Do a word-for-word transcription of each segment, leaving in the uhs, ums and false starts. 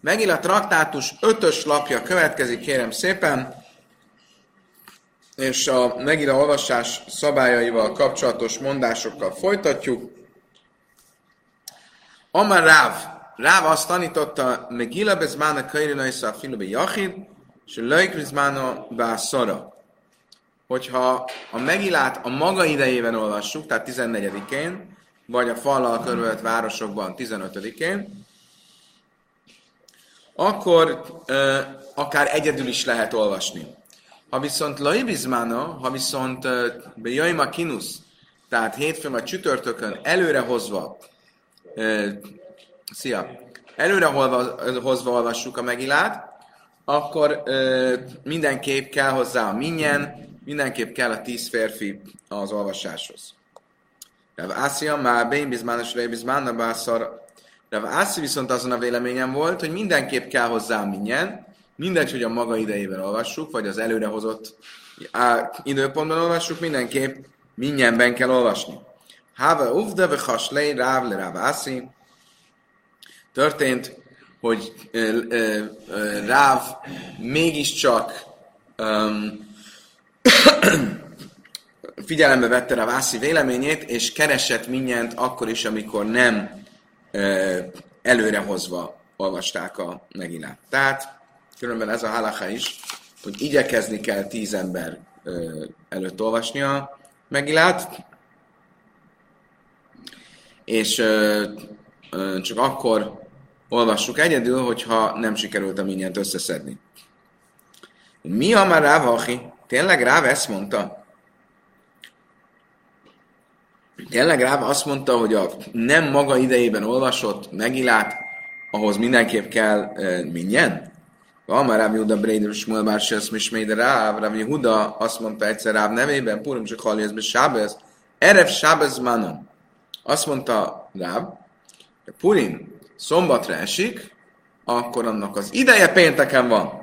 Megilla traktátus ötös lapja következik, kérem szépen, és a Megilla olvasás szabályaival kapcsolatos mondásokkal folytatjuk. Amar Ráv. Ráv azt tanította, Megilla bezmána kairina isza a filobe jachid, és löjk bezmána bászara. Hogyha a Megillát a maga idejében olvassuk, tehát tizennegyedikén, vagy a fallal körülött városokban tizenötödikén, akkor ö, akár egyedül is lehet olvasni. Ha viszont laibizmána, ha viszont bejaima kinusz, tehát hétfőn vagy csütörtökön előrehozva, ö, szia, előrehozva olvassuk a Megillát, akkor ö, mindenképp kell hozzá a minyen, mindenképp kell a tíz férfi az olvasáshoz. Rav Ászia már bénbizmános laibizmána bászar. Rav Ászi viszont azon a véleményem volt, hogy mindenképp kell hozzá minyen, mindegy, hogy a maga idejében olvassuk, vagy az előrehozott időpontban olvassuk, mindenképp minnyenben kell olvasni. Háva ufda ve haslei ráv le Rav Ászi. Történt, hogy ö, ö, ö, Ráv mégiscsak um, figyelembe vette Rav Ászi véleményét, és keresett mindent akkor is, amikor nem ö, előrehozva olvasták a Megillát. Tehát különben ez a halacha is, hogy igyekezni kell tíz ember ö, előtt olvasni a Megillát, és ö, ö, csak akkor olvassuk egyedül, hogyha nem sikerült a mindent összeszedni. Mi ha már Ráv Achi? Tényleg Ráv ezt mondta? Tényleg Ráv azt mondta, hogy a nem maga idejében olvasott Megillát, ahhoz mindenképp kell e, mindjen? Van már Ráv Yehuda Breider Shmuel Bar Shesz Mishmeid Ráv, Ráv Yehuda azt mondta egyszer Ráv nevében, Purim csak halli ez be Sábez, Erev Sábez Manom. Azt mondta Ráv, hogy Purim szombatra esik, akkor annak az ideje pénteken van.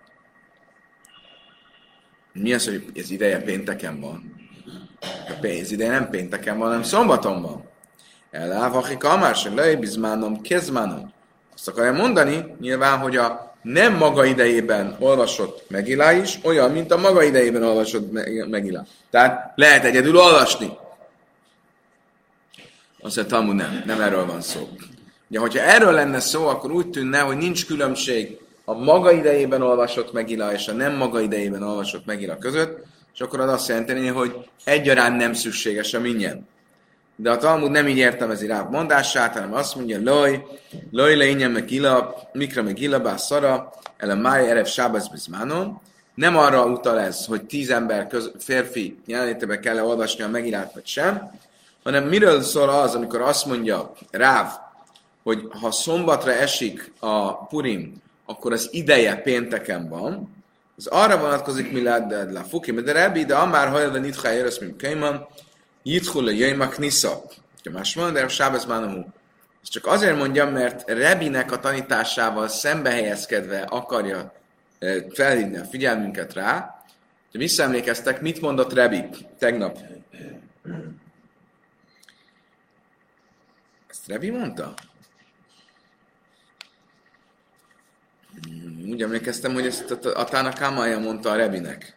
Mi az, hogy ez ideje pénteken van? Az ideje nem pénteken van, hanem szombaton van. Elávakik amársen lejbizmánom, kezmánom. Azt akarja mondani, nyilván, hogy a nem maga idejében olvasott Megillá is olyan, mint a maga idejében olvasott Megillá. Tehát lehet egyedül olvasni. Azt mondja, Talmud nem, nem erről van szó. Ugye, hogyha erről lenne szó, akkor úgy tűnne, hogy nincs különbség a maga idejében olvasott Megilla és a nem maga idejében olvasott Megilla között, és akkor az azt jelenteni, hogy egyaránt nem szükséges a minnyen. De a Talmud nem így értelmezi Ráv mondását, hanem azt mondja, loj, loj leinyen Megilla, mikra Megilla bá szara, ele máj erev sábez bizmánon. Nem arra utal ez, hogy tíz ember köz, férfi jelenlétében kell olvasni a Megillát, vagy sem, hanem miről szól az, amikor azt mondja Ráv, hogy ha szombatra esik a Purim, akkor az ideje pénteken van, az arra vonatkozik, mi lehet la fuki, de Rebbi, de amár hajlva nitcha éresz, mint Kaiman, jitchul le jöjjmak nisza. Más mondom, de Sábez Mánamu. Ezt csak azért mondjam, mert Rebbinek a tanításával szembe helyezkedve akarja felhívni a figyelmünket rá. De visszaemlékeztek, mit mondott Rebbi tegnap? Ezt Rebbi mondta? Úgy emlékeztem, hogy ezt a Tána Kámája mondta a Rebinek.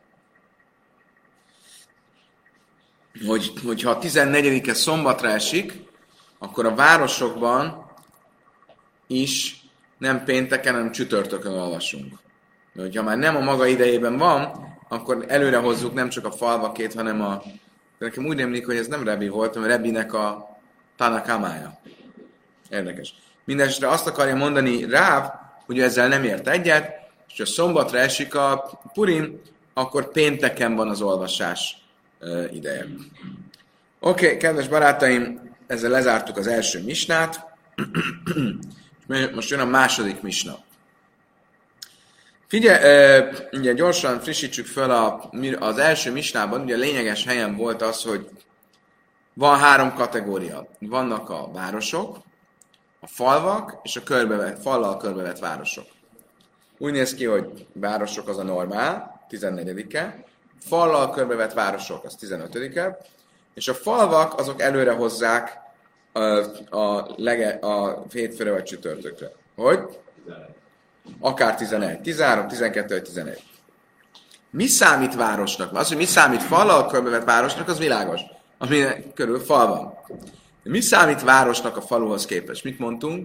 Hogy, hogyha a tizennegyedike szombatra esik, akkor a városokban is nem pénteken, hanem csütörtökön olvasunk. De hogyha már nem a maga idejében van, akkor előre hozzuk nem csak a falvakét, hanem a... De nekem úgy emlék, hogy ez nem Rebi volt, hanem Rebinek a Tána Kámája. Érdekes. Mindenesetre azt akarja mondani Ráv, hogy ezzel nem ért egyet, és ha szombatra esik a Purim, akkor pénteken van az olvasás uh, ideje. Oké, okay, kedves barátaim, ezzel lezártuk az első misnát. Most jön a második misna. Figyelj, uh, ugye gyorsan frissítsük fel a, az első misnában, ugye a lényeges helyen volt az, hogy van három kategória. Vannak a városok, a falvak és a körbevett, fallal körbevett városok. Úgy néz ki, hogy városok az a normál, tizennegyedike, fallal körbevett városok az tizenötödike, és a falvak azok előre hozzák a, a, lege, a hétfőre vagy csütörtökre. Hogy? Akár tizenegy, tizenhárom, tizenkettő vagy tizenegy. Mi számít városnak? Az, hogy mi számít fallal körbevett városnak, az világos. Ami körül fal van. Mi számít városnak a faluhoz képest? Mit mondtunk?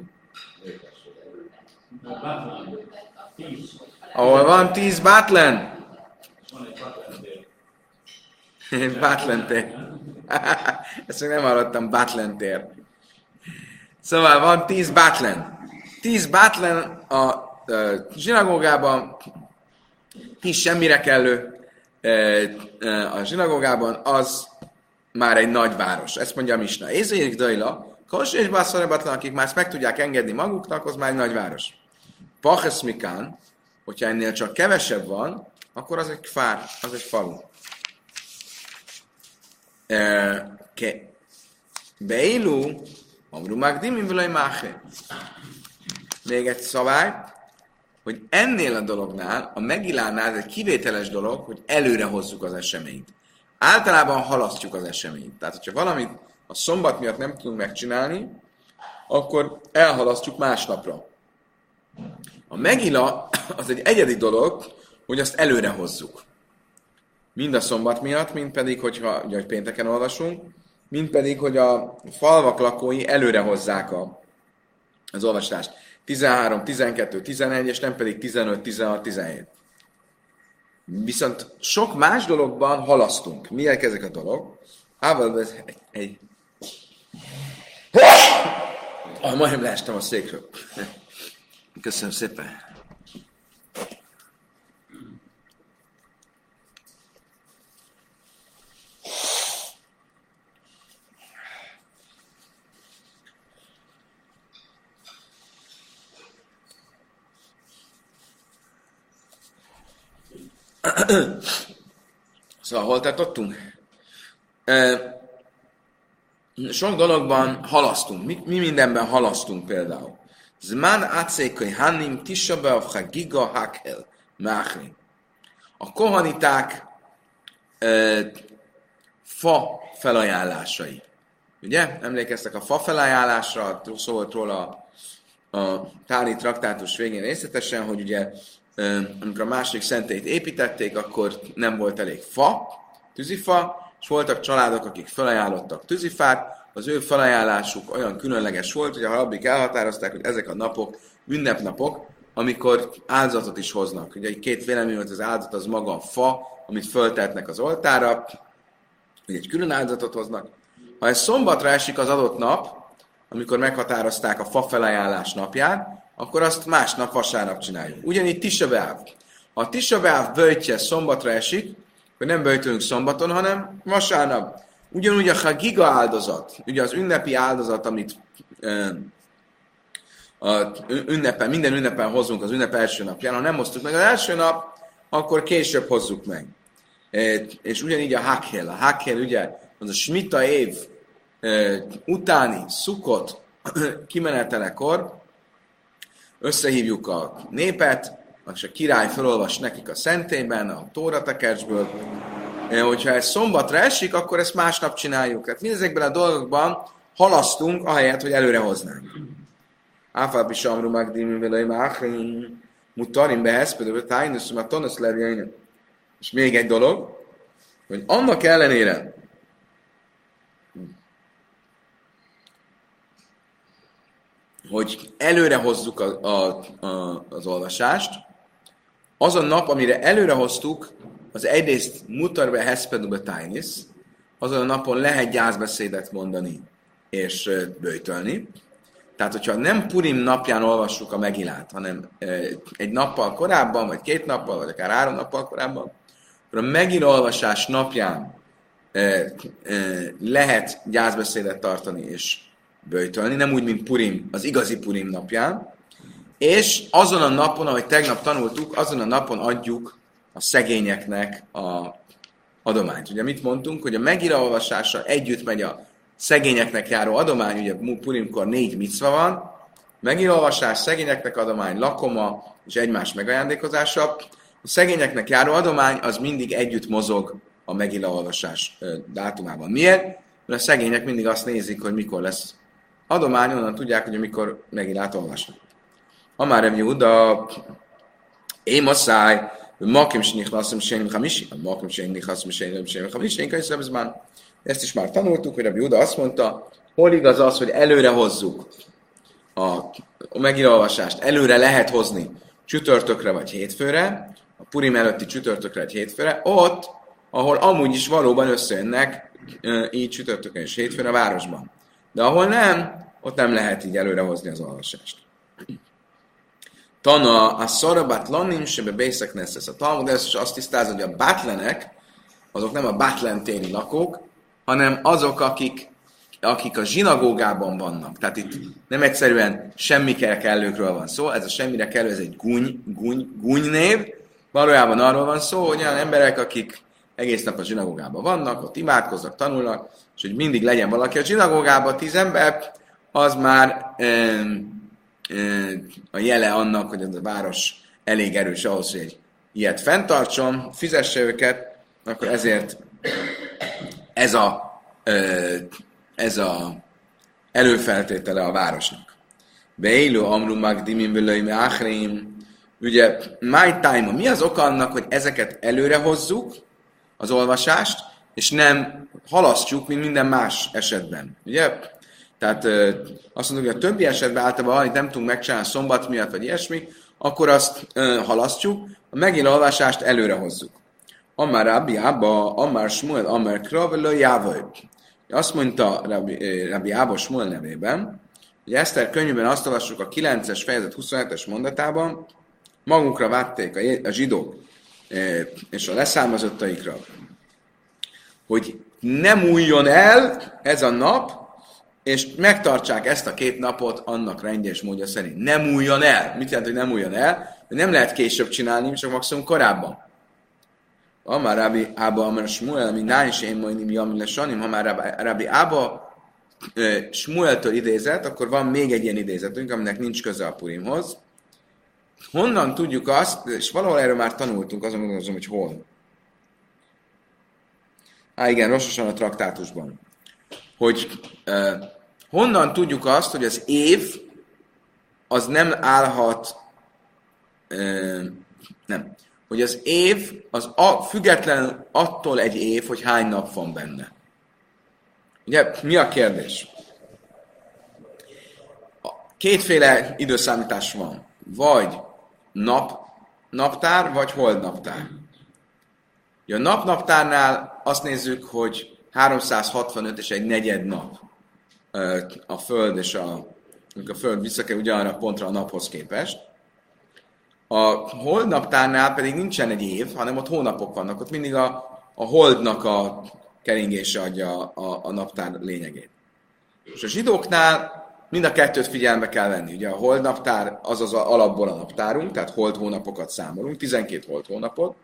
Ahol van tíz Bátlen. Bátlen tér. Ezt még nem hallottam, Bátlen tér. Szóval van tíz Bátlen. Tíz Bátlen a, a zsinagógában, tíz semmire kellő a zsinagógában, az már egy nagy város. Ezt mondja a Misna. Ézérik Dajla, Kos és Basszarabatlan, akik már ezt meg tudják engedni maguknak, az már egy nagy város. Pachesz Mikán, hogyha ennél csak kevesebb van, akkor az egy kfár, az egy falu. Beilu, Amru Magdimi Vilaj Máché. Még egy szabály, hogy ennél a dolognál, a Megilánál ez egy kivételes dolog, hogy előre hozzuk az eseményt. Általában halasztjuk az eseményt. Tehát, hogyha valamit a szombat miatt nem tudunk megcsinálni, akkor elhalasztjuk másnapra. A Megila az egy egyedi dolog, hogy azt előre hozzuk. Mind a szombat miatt, mind pedig, hogyha ugye, hogy pénteken olvasunk, mind pedig, hogy a falvak lakói előre hozzák a, az olvasást. tizenhárom, tizenkettő, tizenegy, és nem pedig tizenöt, tizenhat, tizenhét. Viszont sok más dologban halasztunk. Milyen ezek a dolog? Ával ez egy... egy... Ah, majdnem leestem a székről. Köszönöm szépen. Szóval hol tartottunk? Sok dologban halasztunk. Mi, mi mindenben halasztunk például? Zman acékai hannim tishabav chagiga hakel máchli. A kohaniták e, fa felajánlásai. Ugye? Emlékeztek a fa felajánlásra, szó volt róla a, a Táli traktátus végén részletesen, hogy ugye amikor a második szentélyt építették, akkor nem volt elég fa, tűzifa, és voltak családok, akik felajánlottak tűzifát, az ő felajánlásuk olyan különleges volt, hogy a rabbik elhatározták, hogy ezek a napok ünnepnapok, amikor áldozatot is hoznak. Ugye egy két vélemény volt, az áldozat az maga a fa, amit föltetnek az oltára, hogy egy külön áldozatot hoznak. Ha ez szombatra esik az adott nap, amikor meghatározták a fa felajánlás napját, akkor azt másnap vasárnap csináljuk. Ugyanígy Tisha B'Av. Ha a Tisha B'Av böjtje szombatra esik, akkor nem böjtölünk szombaton, hanem vasárnap. Ugyanúgy a Chagiga áldozat, ugye az ünnepi áldozat, amit ö, a ünnepen, minden ünnepen hozunk az ünnep első napján, ha nem hoztuk meg az első nap, akkor később hozzuk meg. E, és ugyanígy a Hakhel. A Hakhel ugye az a Smita év e, utáni szukot kimenetelekor, összehívjuk a népet, és a király felolvas nekik a szentélyben, a tóratekercsből. Hogyha ez szombatra esik, akkor ezt másnap csináljuk. Tehát mindezekben a dolgokban halasztunk, ahelyett, hogy előre hoznánk. Áfább is amru magdimi velej máchrin, mutarim beheszpedő, tájnuszum a tonusz levjainak. És még egy dolog, hogy annak ellenére, hogy előre hozzuk a, a, a, az olvasást, az a nap, amire előre hoztuk, az egyrészt mutarbe heszpedube tájnisz, azon a napon lehet gyászbeszédet mondani és böjtölni. Tehát, hogyha nem Purim napján olvassuk a Megilát, hanem egy nappal korábban, vagy két nappal, vagy akár három nappal korábban, akkor a Megila olvasás napján lehet gyászbeszédet tartani és böjtölni, nem úgy, mint Purim, az igazi Purim napján, és azon a napon, ahogy tegnap tanultuk, azon a napon adjuk a szegényeknek a adományt. Ugye mit mondtunk, hogy a Megila olvasással együtt megy a szegényeknek járó adomány, ugye Purimkor négy micva van, Megila olvasás, szegényeknek adomány, lakoma és egymás megajándékozása. A szegényeknek járó adomány az mindig együtt mozog a Megila olvasás dátumában. Miért? Mert a szegények mindig azt nézik, hogy mikor lesz adomány, onnan tudják, hogy mikor Megilát olvasnak. Amár Rabbi Yehuda, én masszáj, makim snichlaszom sejnim hamisi, makim snichlaszom sejnim hamisi, én könyvszebezben. Ezt is már tanultuk, hogy Rabbi Yehuda azt mondta, hol igaz az, hogy előre hozzuk a, a megírolvasást, előre lehet hozni csütörtökre vagy hétfőre, a Purim előtti csütörtökre vagy hétfőre, ott, ahol amúgy is valóban összejönnek így csütörtökön és hétfőn a városban. De ahol nem, ott nem lehet így előrehozni az olvasást. Tana a szarabat lanim sebe bészek neszesz. A Talmud ezt is azt tisztáz, hogy a bátlenek, azok nem a bátlen téri lakók, hanem azok, akik, akik a zsinagógában vannak. Tehát itt nem egyszerűen semmikre kellőkről van szó, ez a semmire kellő, ez egy gúny, gúny, gúny név. Valójában arról van szó, hogy olyan emberek, akik egész nap a zsinagógában vannak, ott imádkoznak, tanulnak, és hogy mindig legyen valaki a zsinagógában, tíz ember, az már e, e, a jele annak, hogy ez a város elég erős ahhoz, hogy egy ilyet fenntartson, fizesse őket, akkor ezért ez a, e, ez a előfeltétele a városnak. Beélő amru magdimin belőimi áhreim. Ugye, my time, mi az oka annak, hogy ezeket előre hozzuk, az olvasást, és nem halasztjuk, mint minden más esetben. Ugye? Tehát azt mondjuk, hogy a többi esetben általában, ha nem tudunk megcsinálni szombat miatt, vagy ilyesmi, akkor azt halasztjuk, a megint olvasást előre hozzuk. Amár Rabbi Abba, Amár Smuel, Amár Kravelő, Jávoj. Azt mondta Rabbi, Rabbi Abba Smuel nevében, hogy Eszter könyvben azt olvassuk a kilences fejezet huszonhetes mondatában, magukra vették a zsidók és a leszármazottaikra, hogy nem újjon el ez a nap, és megtartsák ezt a két napot annak rendje és módja szerint. Nem újjon el. Mit jelent, hogy nem újjon el? Hogy nem lehet később csinálni, csak maximum korábban. Ha már Rabbi Ába, amár Smuel, mint nány is én majdnem jamin lesanim, ha már Rabbi Ába Smueltől idézett, akkor van még egy ilyen idézetünk, aminek nincs köze a Purimhoz. Honnan tudjuk azt, és valahol erről már tanultunk, azon gondolom, hogy hol. Á, igen, rossosan a traktátusban. Hogy uh, honnan tudjuk azt, hogy az év az nem állhat, uh, nem, hogy az év az a, független attól egy év, hogy hány nap van benne. Ugye, mi a kérdés? Kétféle időszámítás van. Vagy nap, naptár, vagy holdnaptár. A napnaptárnál azt nézzük, hogy háromszázhatvanöt és egy negyed nap a Föld, és a, a Föld visszakerül ugyanarra a pontra a naphoz képest. A holdnaptárnál pedig nincsen egy év, hanem ott hónapok vannak. Ott mindig a, a holdnak a keringése adja a, a, a naptár lényegét. És a zsidóknál mind a kettőt figyelme kell venni. Ugye a holdnaptár az az alapból a naptárunk, tehát hold hónapokat számolunk, tizenkét hold hónapot.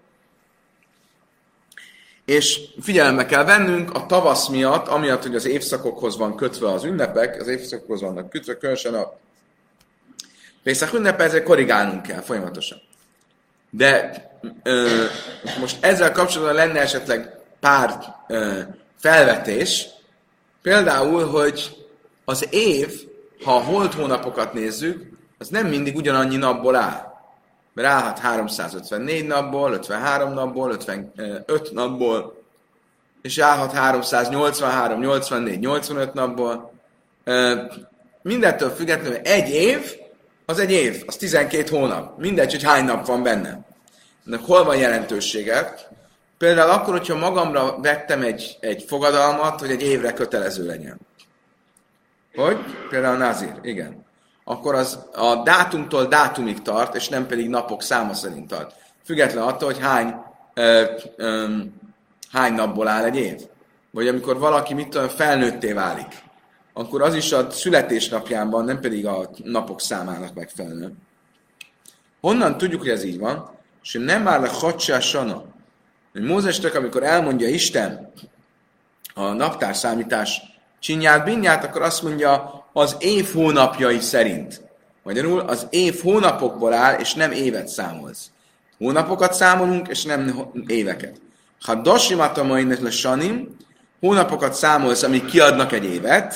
És figyelembe kell vennünk a tavasz miatt, amiatt, hogy az évszakokhoz van kötve az ünnepek, az évszakokhoz vannak kötve, különösen a Pészak ünnepe, ezért korrigálnunk kell folyamatosan. De ö, most ezzel kapcsolatban lenne esetleg pár ö, felvetés, például, hogy az év, ha a holt hónapokat nézzük, az nem mindig ugyanannyi napból áll. Mert állhat háromszázötvennégy napból, ötvenhárom napból, ötvenöt napból, és állhat háromszáznyolcvanhárom, nyolcvannégy, nyolcvanöt napból. Mindettől függetlenül egy év, az egy év, az tizenkét hónap. Mindegy, hogy hány nap van benne. Ennek hol van jelentősége? Például akkor, hogyha magamra vettem egy, egy fogadalmat, hogy egy évre kötelező legyen. Hogy? Például Nazir, igen. Akkor az a dátumtól dátumig tart, és nem pedig napok száma szerint tart. Független attól, hogy hány, ö, ö, hány napból áll egy év. Vagy amikor valaki, mit tudom, felnőtté válik, akkor az is a születésnapjában, nem pedig a napok számának megfelelő. Honnan tudjuk, hogy ez így van? És nem áll a hacsásana. Hogy Mózesnek, amikor elmondja Isten a naptárszámítás csinyát, binyát, akkor azt mondja, az év hónapjai szerint. Magyarul az év hónapokból áll, és nem évet számolsz. Hónapokat számolunk, és nem éveket. Ha dasimatamainek le sanim, hónapokat számolsz, amik kiadnak egy évet,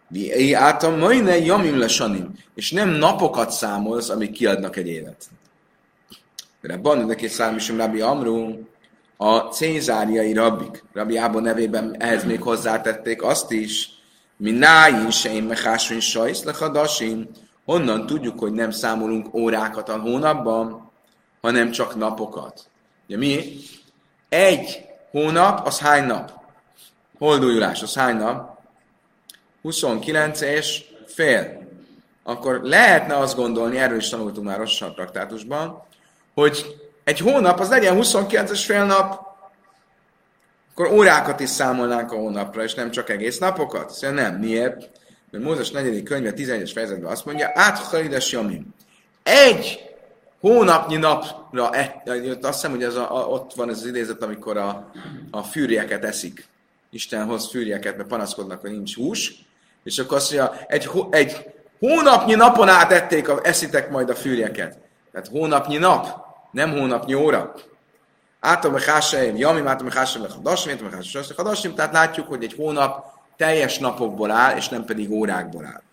Vi átam majne jamim lesanim. És nem napokat számolsz, amik kiadnak egy évet. Rabban, de két szálmisom Rabbi Amru, a cézáriai rabbik, Rabbi Ába nevében ehhez még hozzátették azt is, mi nájin seim mechásvin sajsz lechadasim, honnan tudjuk, hogy nem számolunk órákat a hónapban, hanem csak napokat. Ugye mi? Egy hónap, az hány nap? Holdújulás, az hány nap? huszonkilenc és fél. Akkor lehetne azt gondolni, erről is tanultunk már Rosh traktátusban, hogy egy hónap az legyen huszonkilenc és fél nap, akkor órákat is számolnánk a hónapra, és nem csak egész napokat. Szóval nem. Miért? Mert Mózes negyedik könyve tizenegyes fejezetben azt mondja, áthajdes jamim. Egy hónapnyi napra, azt hiszem, hogy az a, a, ott van ez az idézet, amikor a, a fűrjeket eszik. Isten hoz fűrjeket, mert panaszkodnak, hogy nincs hús, és akkor azt mondja, egy, egy hónapnyi napon át ették, a, eszitek majd a fűrjeket. Tehát hónapnyi nap, nem hónapnyi óra. Átom a hásaim, jamim, átom a hásaim, hadasim, átom a hásaim, hadasim, tehát látjuk, hogy egy hónap teljes napokból áll, és nem pedig órákból áll.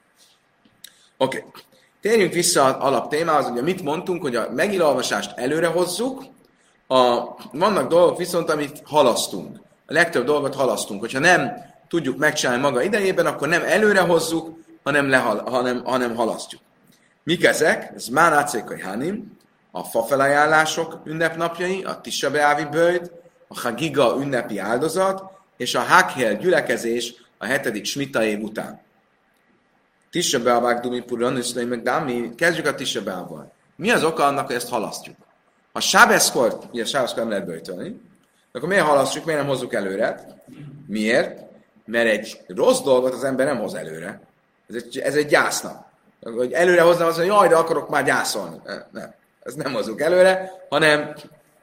Oké. Okay. Térjünk vissza az alaptémához, ugye mit mondtunk, hogy a megilalvasást előre hozzuk, a, vannak dolgok viszont, amit halasztunk. A legtöbb dolgot halasztunk. Hogyha nem tudjuk megcsinálni maga idejében, akkor nem előre hozzuk, hanem, lehal, hanem, hanem halasztjuk. Mik ezek? Ez Mánácékai Hánim, a fafelajánlások ünnepnapjai, a Tisha B'Avi böjt, a Hagiga ünnepi áldozat, és a Hakhel gyülekezés a hetedik Smita év után. Tisha B'Avák Dumipurran, Üszlői meg Dámi, kezdjük a Tisha B'Avval. Mi az oka annak, hogy ezt halasztjuk? Ha Sábeszkort, ugye Sábeszkort nem lehet böjtölni, akkor miért halasztjuk, miért nem hozzuk előre? Miért? Mert egy rossz dolgot az ember nem hoz előre. Ez egy, ez egy gyásznap. Hogy előre hoznám azt, hogy jaj, de akarok már gyászolni. Nem. Ezt nem hozzuk előre, hanem,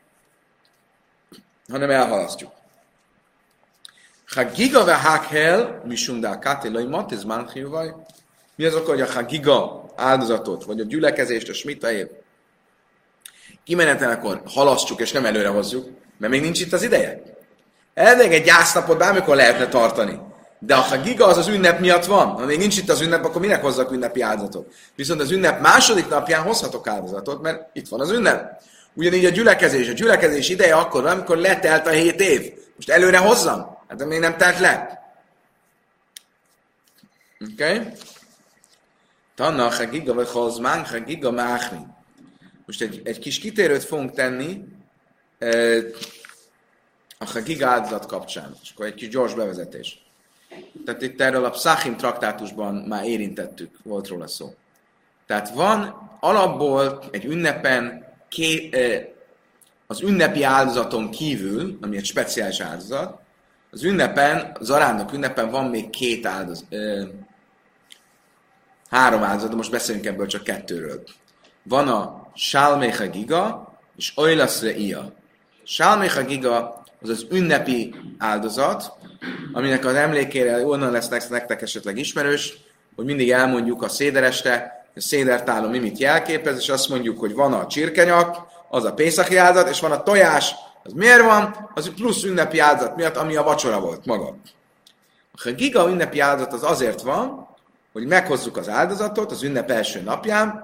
hanem elhalasztjuk. Chagiga ve hakhel, misundá katelai matizmán hívvaj. Mi az oka, hogy a chagiga áldozatot, vagy a gyülekezést, a smita év kimenetelekor halasztjuk, és nem előre hozzuk, mert még nincs itt az ideje. Elvég egy gyásznapot bármikor lehetne tartani. De a Hagiga az az ünnep miatt van. Ha még nincs itt az ünnep, akkor minek hozzak ünnepi áldozatot? Viszont az ünnep második napján hozhatok áldozatot, mert itt van az ünnep. Ugyanígy a gyülekezés. A gyülekezés ideje akkor van, amikor letelt a hét év. Most előre hozzam? Hát még nem telt le. Oké? Okay? Tanna a Hagiga vagy hozmán, Hagiga máchni. Most egy, egy kis kitérőt fogunk tenni a Hagiga áldozat kapcsán. És akkor egy kis gyors bevezetés. Tehát itt erről a Pszachim traktátusban már érintettük, volt róla szó. Tehát van alapból egy ünnepen, ké, az ünnepi áldozaton kívül, ami egy speciális áldozat, az ünnepen, az arándok ünnepen van még két áldozat, három áldozat, de most beszélünk ebből csak kettőről. Van a Sálmé Hagiga és Oilasz Reia. Sálmé Hagiga az az ünnepi áldozat, aminek az emlékére onnan lesz nektek esetleg ismerős, hogy mindig elmondjuk a szédereste, a szédertálon mi mit jelképez, és azt mondjuk, hogy van a csirkenyak, az a pészachi áldozat, és van a tojás, az miért van? Az plusz ünnepi áldozat miatt, ami a vacsora volt maga. A giga ünnepi áldozat az azért van, hogy meghozzuk az áldozatot az ünnep első napján,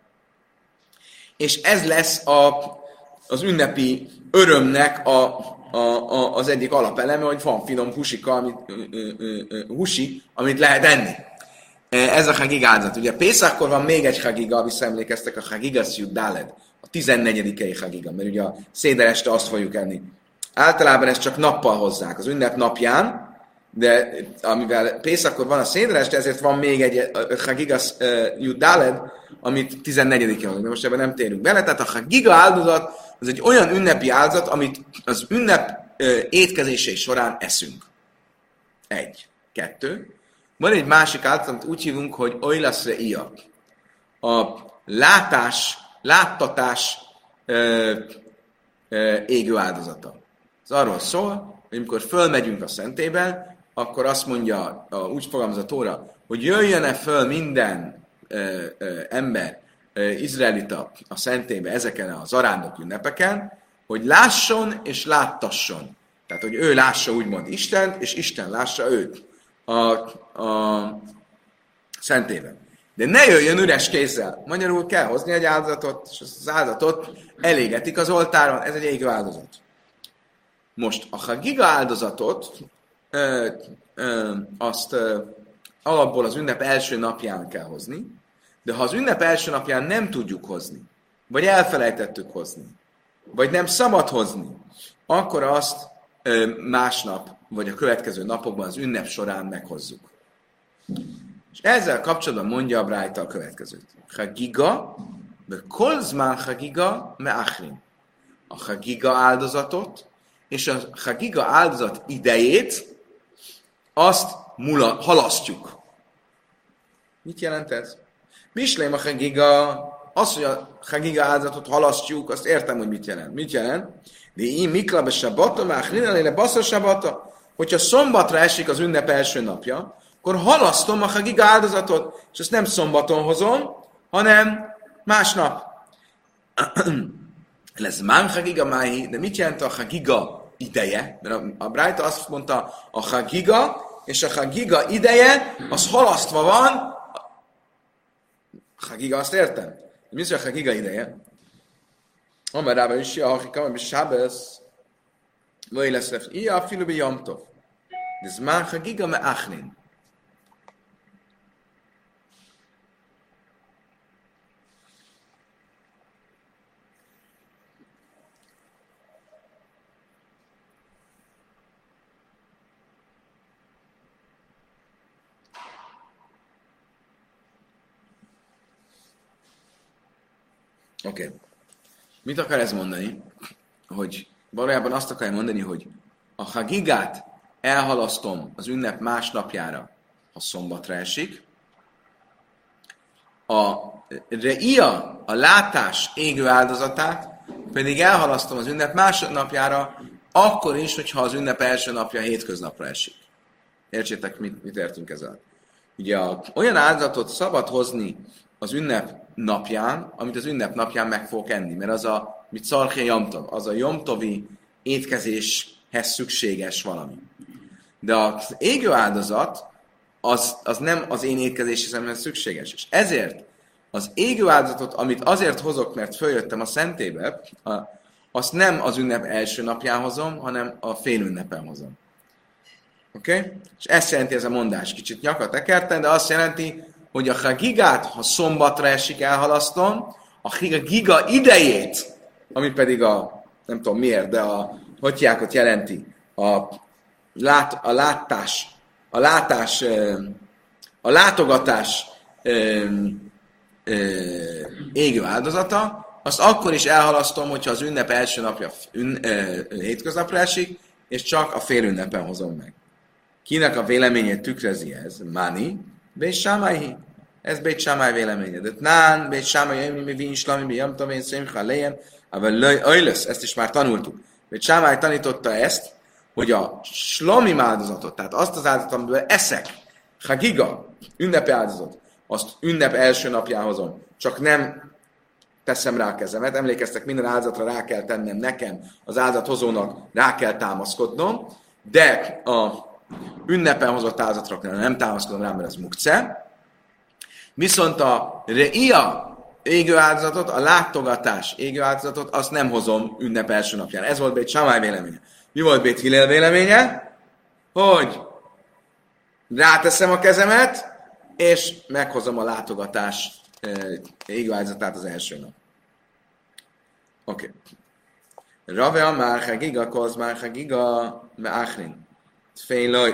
és ez lesz a, az ünnepi örömnek a A, a, az egyik alapeleme, hogy van finom husika, amit, ö, ö, ö, ö, husi, amit lehet enni. Ez a Hagiga áldozat. Ugye Pészakkor van még egy Hagiga, visszaemlékeztek a Hagiga Szjud Dáled, a tizennegyedikei Hagiga, mert ugye a széder este azt fogjuk enni. Általában ezt csak nappal hozzák, az ünnep napján, de amivel Pészakkor van a széder este, ezért van még egy Hagiga Szjud Dáled, amit tizennegyedikén hozzák. De most ebben nem térünk bele, tehát a Hagiga áldozat az egy olyan ünnepi áldozat, amit az ünnep ö, étkezései során eszünk. Egy. Kettő. Van egy másik áldozat, amit úgy hívunk, hogy Oilasz Reia. A látás, láttatás ö, ö, égő áldozata. Ez arról szól, hogy amikor fölmegyünk a szentébe, akkor azt mondja, a, úgy fogalmaz a Tóra, hogy jöjjön-e föl minden ö, ö, ember, izraelita a szentébe ezeken az arándok ünnepeken, hogy lásson és láttasson. Tehát, hogy ő lássa úgymond Istent, és Isten lássa őt. a, a szentébe. De ne jöjjön üres kézzel. Magyarul kell hozni egy áldozatot, és az áldozatot elégetik az oltáron. Ez egy égő áldozat. Most a hagiga áldozatot ö, ö, azt ö, alapból az ünnep első napján kell hozni, de ha az ünnep első napján nem tudjuk hozni, vagy elfelejtettük hozni, vagy nem szabad hozni, akkor azt ö, másnap, vagy a következő napokban az ünnep során meghozzuk. És ezzel kapcsolatban mondja a Brájta a következőt. Hagiga, de kolzmán hagiga me achrin. A hagiga áldozatot, és a hagiga áldozat idejét, azt mula, halasztjuk. Mit jelent ez? Mislém a hagiga, az, hogy a hagiga áldozatot halasztjuk, azt értem, hogy mit jelent. Mit jelent? De én mikla be sabata, már hlinelére bassza sabata, hogyha szombatra esik az ünnep első napja, akkor halasztom a hagiga áldozatot, és ezt nem szombaton hozom, hanem másnap. Ez már hagiga máhi, de mit jelent a hagiga ideje? Mert a, a Brájta azt mondta, a hagiga és a hagiga ideje, az halasztva van. A hagiga, azt értem. Mi az a hagiga ideje? Amerában is, a hagiga, ami sábesz, vagy lesz lef, ilyen filubi jamtov. De ez már hagiga me achnin. Oké. Okay. Mit akar ez mondani? Hogy valójában azt akarja mondani, hogy a hagigát elhalasztom az ünnep másnapjára, ha szombatra esik. A reia, a látás égő áldozatát pedig elhalasztom az ünnep másnapjára, akkor is, hogyha az ünnep első napja hétköznapra esik. Értsétek, mit, mit értünk ezzel? Ugye a, olyan áldozatot szabad hozni az ünnep napján, amit az ünnep napján meg fogok enni, mert az a, mit szarché jamtov, az a jomtovi étkezéshez szükséges valami. De az égő áldozat, az, az nem az én étkezéshez szükséges. És ezért az égő áldozatot, amit azért hozok, mert följöttem a szentébe, a, azt nem az ünnep első napján hozom, hanem a fél ünnepen hozom. Oké? Okay? És ezt jelenti ez a mondás. Kicsit nyakat tekerten, de azt jelenti, hogy a hagigát, ha szombatra esik, elhalasztom, a hagiga idejét, ami pedig a, nem tudom miért, de a hotyákot jelenti, a, lát, a látás, a látás, a látogatás égő áldozata, azt akkor is elhalasztom, hogyha az ünnep első napja ün, ö, hétköznapra esik, és csak a fél ünnepen hozom meg. Kinek a véleményét tükrözi ez? Mani, Bét Sámályhi. Ez Bét Sámály véleménye. De nán, Bét Sámály, mi vin islami, mi jamtam én szémha lejen, aber löjlös, ezt is már tanultuk. Bét Sámály tanította ezt, hogy a slami áldozatot, tehát azt az áldozatot, amiből eszek, hagiga, ünnepi áldozat, azt ünnep első napján hozom, csak nem teszem rá a kezemet. Emlékeztek, minden áldozatra rá kell tennem nekem, az áldozathozónak rá kell támaszkodnom, de a ünnepen hozott áldozatoknál nem támaszkodom rá, mert ez mukce. Viszont a reia égő áldozatot, a látogatás égő áldozatot, azt nem hozom ünnep első napján. Ez volt Bét Sámály véleménye. Mi volt Bét Hillel véleménye? Hogy ráteszem a kezemet, és meghozom a látogatás égő áldozatát az első nap. Oké. Okay. Rave amár hagiga koz már hagiga me achrin. Tféloj.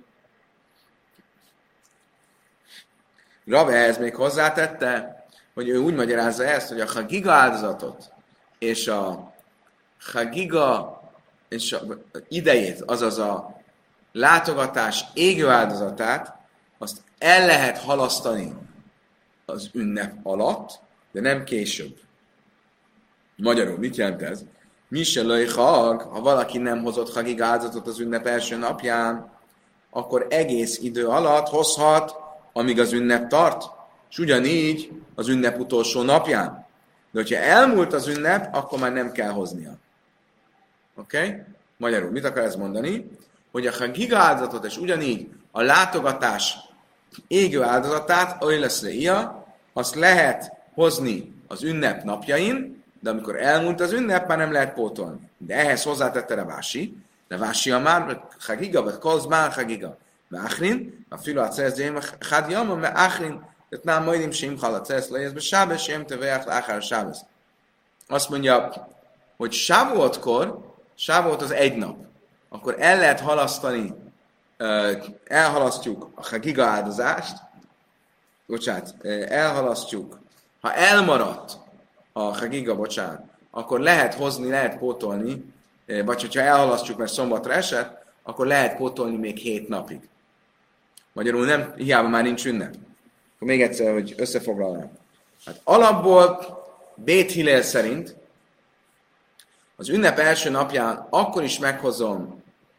Rave ehhez még hozzátette, hogy ő úgy magyarázza ezt, hogy a hagiga áldozatot és a hagiga és a idejét, azaz a látogatás égő áldozatát, azt el lehet halasztani az ünnep alatt, de nem később. Magyarul mit jelent ez? Mi se löj hag, ha valaki nem hozott hagiga áldozatot az ünnep első napján, akkor egész idő alatt hozhat, amíg az ünnep tart, és ugyanígy az ünnep utolsó napján. De hogyha elmúlt az ünnep, akkor már nem kell hoznia. Oké? Okay? Magyarul mit akar ez mondani? hogy a Chagiga áldozatot, és ugyanígy a látogatás égő áldozatát, oly lesz ia, azt lehet hozni az ünnep napjain, de amikor elmúlt az ünnep, már nem lehet pótolni. De ehhez hozzátette Revási, Revási a már, Chagiga, vagy Kolzmán Chagiga. Váchrin, a filo a cerzdjém, Chad Yama, mert Áchrin, tehát nem majdim sem hal a cersz lejezbe, Sábes sem teveják láchár Sábes. Azt mondja, hogy Sávoltkor, Sávolt az egy nap, akkor el lehet halasztani, elhalasztjuk a Chagiga áldozást, bocsánat, elhalasztjuk, ha elmaradt a Chagiga, bocsánat, akkor lehet hozni, lehet pótolni, vagy hogyha elhalasztjuk, mert szombatra esett, akkor lehet pótolni még hét napig. Magyarul nem, hiába már nincs ünnep. Akkor még egyszer, hogy összefoglalnám. Hát alapból Bét Hillel szerint az ünnep első napján akkor is meghozom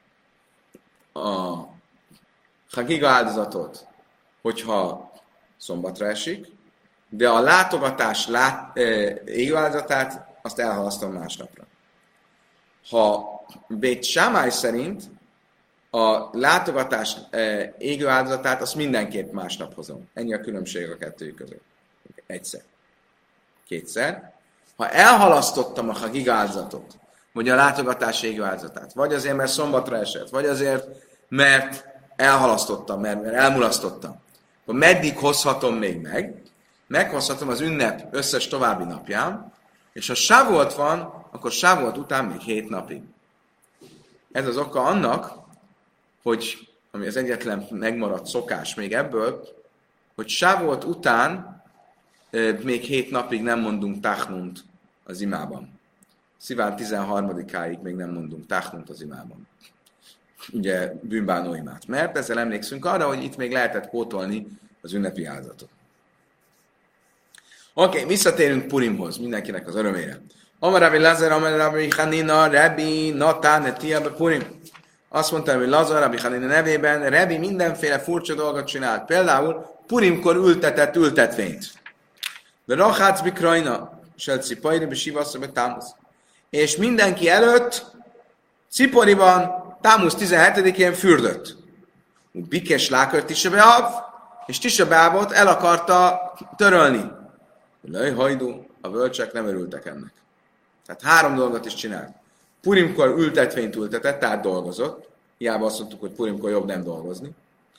a Chagiga áldozatot, hogyha szombatra esik, de a látogatás lát, égő áldozatát azt elhalasztom másnapra. Ha Bét Sámály szerint a látogatás égő áldozatát azt mindenképp másnap hozom. Ennyi a különbség a kettőjük között. Egyszer. Kétszer. Ha elhalasztottam a Chagiga áldozatot, vagy a látogatás égő áldozatát, vagy azért, mert szombatra esett, vagy azért, mert elhalasztottam, mert, mert elmulasztottam, akkor meddig hozhatom még meg? Meghozhatom az ünnep összes további napján, és ha Sávolt van, akkor Sávolt után még hét napig. Ez az oka annak, hogy, ami az egyetlen megmaradt szokás még ebből, hogy Sávolt után e, még hét napig nem mondunk Tachnunt az imában. Sziván tizenharmadikáig még nem mondunk Tachnunt az imában. Ugye bűnbánó imát. Mert ezzel emlékszünk arra, hogy itt még lehetett pótolni az ünnepi áldozatot. Oké, okay, visszatérünk Purimhoz, mindenkinek az örömére. Amar Rabbi Lazar, Amar Rabbi Hanina, Rabbi Natán, Etiabe Purim. Azt mondta, hogy Lazar, Rabbi Hanina nevében, Rabbi mindenféle furcsa dolgot csinált. Például Purimkor ültetett ültetvényt. De Rachác Bikrajna, Sel Cipajri, Besivaszra, Támusz. És mindenki előtt Ciporiban Támusz tizenhetedikén fürdött. Bikes Lákör Tisebeav, és Tisebeavot el akarta törölni. Lej, hajdú, a bölcsek nem örültek ennek. Tehát három dolgot is csinált. Purimkor ültetvényt ültetett, tehát dolgozott. Hiába azt mondtuk, hogy Purimkor jobb nem dolgozni.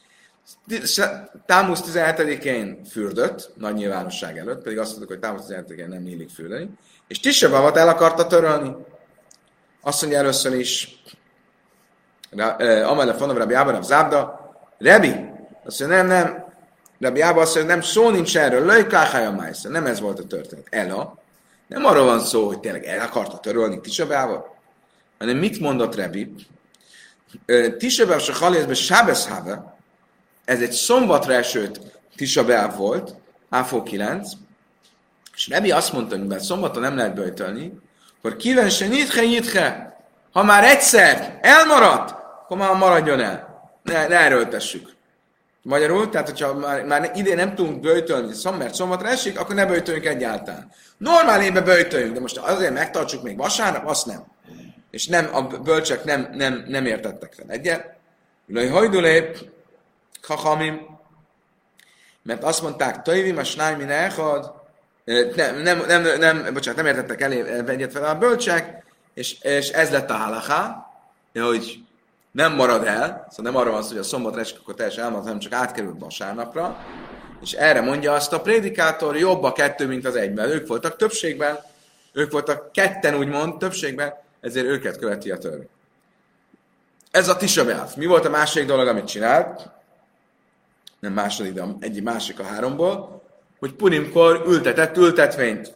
Támusz tizenhetedikén fürdött, nagy nyilvánosság előtt, pedig azt mondtuk, hogy Támusz tizenhetedikén nem illik fürdeni. És Tisebeavat el akarta törölni. Azt mondja először is, Amele Fonav Rabbi Ábarav Zábda, Rebi, azt mondja, nem, nem, Rabbi Ába azt mondja, nem, szó nincs erről, löj káhája májszer, nem ez volt a történet. Ela, nem arról van szó, hogy tényleg el akarta törölni Tisebeavat, hanem mit mondott Rebi? Tisebeav se halészbe sábeszháve, ez egy szombatra esőt Tisebeav volt, Áfó kilenc, és Rebi azt mondta, hogy mivel szombaton nem lehet böjtölni, akkor kíven se nyithe, nyithe, ha már egyszer elmaradt, akkor már maradjon el. Ne, ne erőltessük. Magyarul, tehát hogyha már, már idén nem tudunk böjtölni, mert szombatra esik, akkor ne böjtöljünk egyáltalán. Normál évben böjtöljünk, de most azért megtartsuk még vasárnap, azt nem. És nem, a bölcsek nem, nem, nem értettek fel egyet. Ülői hajdulép, kachamim, mert azt mondták, tajvim a snájmin elhad, nem, nem, nem, nem, bocsánat, nem értettek el egyet fel a bölcsek, és, és ez lett a halaká, hogy nem marad el, szóval nem arra van szó, hogy a szombatra esik, akkor teljesen elmarad, hanem csak átkerült vasárnapra, és erre mondja azt a prédikátor, jobb a kettő, mint az egyben. Ők voltak többségben, ők voltak ketten úgymond többségben, ezért őket követi a törvény. Ez a Tisebeav. Mi volt a második dolog, amit csinált? Nem második, de egy másik a háromból, hogy Purimkor ültetett ültetvényt.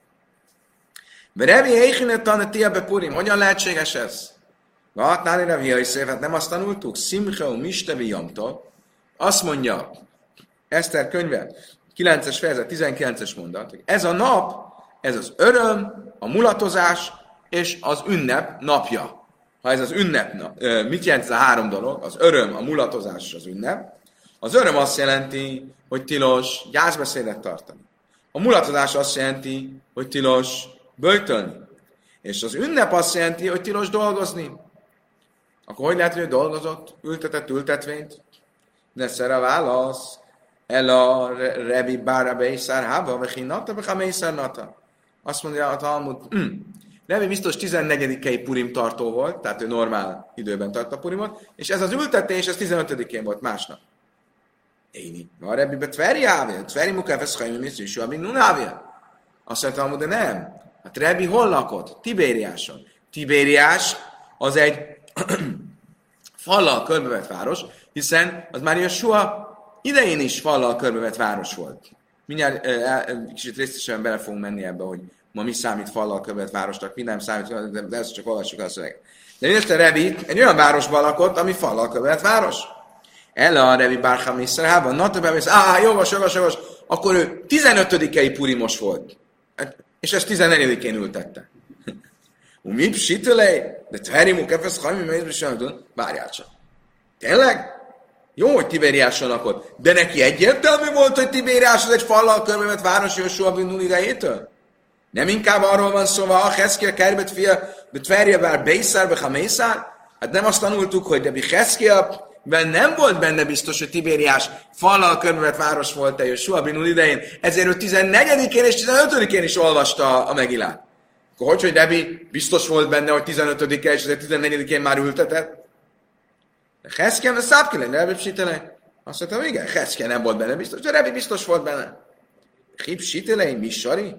De Rebi Eichinet tanetia be Purim. Hogyan lehetséges ez? Vatnáli Rebi Eiszév, hát nem azt tanultuk? Simcheu mistevi jamtól. Azt mondja, Eszter könyve, kilences fejezet, tizenkilences mondat, hogy ez a nap, ez az öröm, a mulatozás és az ünnep napja. Ha ez az ünnep, nap, mit jelent ez a három dolog? Az öröm, a mulatozás és az ünnep. Az öröm azt jelenti, hogy tilos gyászbeszédet tartani. A mulatozás azt jelenti, hogy tilos böjtölni. És az ünnep azt jelenti, hogy tilos dolgozni. Akkor hogy lehet, hogy ő dolgozott, ültetett ültetvényt? De szer a válasz. El a Rebi Bára Beiszár Hába, vagy Hinata, vagy Hamészár Nata. Azt mondja a Talmud, hm, Rebi biztos tizennegyedikei Purim tartó volt, tehát ő normál időben tartta Purimot, és ez az ültetés, ez tizenötödikén volt másnap. Éni. A Rebi Betveri Ávia, Tveri Mukafesz Haimim és Yisua bin Nun Ávia. Azt mondja, Talmud, de nem. Hát Rebi hol lakott? Tibériáson. Tibériás az egy fallal körbevett város, hiszen az már Yeshua idején is fallal körbevett város volt. Mindjárt e, kicsit részletesen bele fogunk menni ebbe, hogy ma mi számít fallal körbevett városnak, mi nem számít, de ezt csak olvassuk a szöveget. De mindössze Rebi egy olyan városban lakott, ami fallal körbevett város. Ella a Rebi Bárham Iszrahában, na többet mész, áh, jogos, jogos, jogos, akkor ő tizenötödikei Purimos volt. És ezt tizennegyedikén ültette. Mi psitölej, de Tverimu kefesz hajmi mézbisajnodon, várjál csak. Tényleg? Jó, hogy Tibériáson lakott, de neki egyértelmű volt, hogy Tibériás az egy fallal körbevett város Jósua bin Nun idejétől? Nem inkább arról van szó, ha Heszkia kerbet fia, de Tverje bár Beiszár, be Hamészár? Hát nem azt tanultuk, hogy de Heszkia nem volt benne biztos, hogy Tibériás fallal körbevett város volt-e Jósua bin Nun idején, ezért ő tizennegyedikén és tizenötödikén is olvasta a Megilát. Akkor hogy, hogy Rebi biztos volt benne, hogy tizenötödikén és tizennegyedikén már ültetett? De Heszkia, de Szápkele, Rebi psitelej. Azt mondtam, igen, Heszkia nem volt benne biztos, de Rebi biztos volt benne. Hib psitelej, mi sari?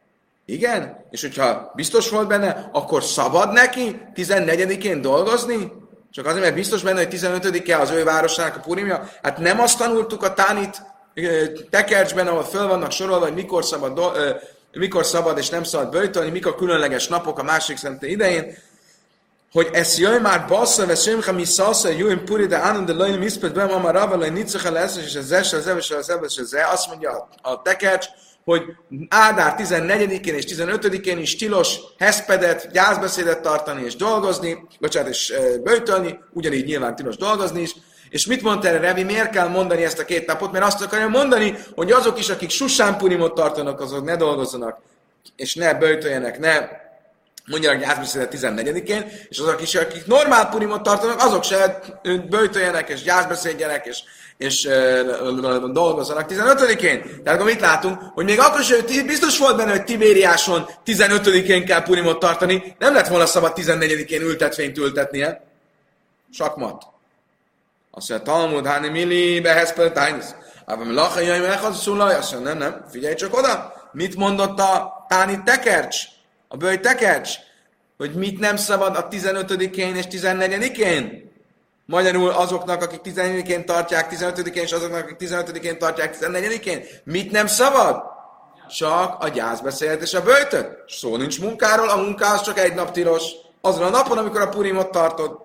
Igen? És hogyha biztos volt benne, akkor szabad neki tizennegyedikén dolgozni? Csak azért, mert biztos benne, hogy tizenötödike az ő városának a Purimja? Hát nem azt tanultuk a Tánit tekercsben, ahol föl vannak sorolva, hogy mikor szabad, do, mikor szabad és nem szabad böjtölni, mikor különleges napok a másik szente idején, hogy ez jöjj már bassza, vesz jöjj, ha mi szalsza, jöjj puri, de ánum, de lajn miszpet, be ma már rava, lajn niczaha lesz, és ez ez, ez ez, ez ez, ez azt mondja a tekercs, hogy Ádár tizennegyedikén és tizenötödikén is tilos heszpedet, gyászbeszédet tartani és dolgozni, bocsánat, és e, böjtölni, ugyanígy nyilván tilos dolgozni is. És mit mondta erre Revi, miért kell mondani ezt a két napot? Mert azt akarja mondani, hogy azok is, akik Susán Purimot tartanak, azok ne dolgozzanak, és ne böjtöljenek, ne mondjanak gyászbeszédet tizennegyedikén, és azok is, akik normál Purimot tartanak, azok se böjtöljenek, és gyászbeszédjenek, és és uh, dolgozzanak tizenötödikén. Tehát akkor mit látunk? Hogy még akkor sem biztos volt benne, hogy Tibériáson tizenötödikén kell Purimot tartani, nem lett volna szabad tizennegyedikén ültetvényt ültetnie. Sakmat. Azt mondja, Talmud, háni mili, beheszpel, tájnisz. Ában lachajai meghazuszulaj, azt mondja, nem, nem, figyelj csak oda. Mit mondott a Táni tekercs? A böjj tekercs? Hogy mit nem szabad a tizenötödikén és tizennegyedikén? Magyarul azoknak, akik tizennegyedikén tartják tizenötödikén, és azoknak, akik tizenötödikén tartják tizennegyedikén. Mit nem szabad? Csak a gyászbeszédet és a böjtöt. Szó nincs munkáról, a munkához csak egy nap tilos. Azon a napon, amikor a Purimot tartod.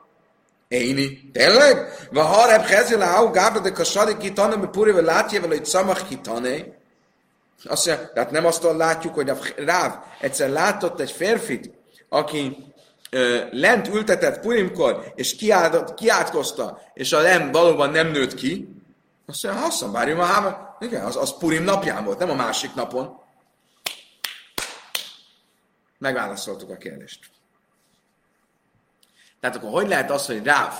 Éni. Tényleg? Va hareb hezile au gábra de kasadi kitane be Purivel látjével, hogy szamach kitane. Azt mondja, tehát nem azt látjuk, hogy a Ráv egyszer látott egy férfit, aki Ö, lent ültetett Purimkor, és kiáld, kiátkozta, és a lem valóban nem nőtt ki, azt mondja, hasszam, várjunk a hába. Igen, az, az Purim napján volt, nem a másik napon. Megválaszoltuk a kérdést. Tehát akkor hogy lehet az, hogy Ráv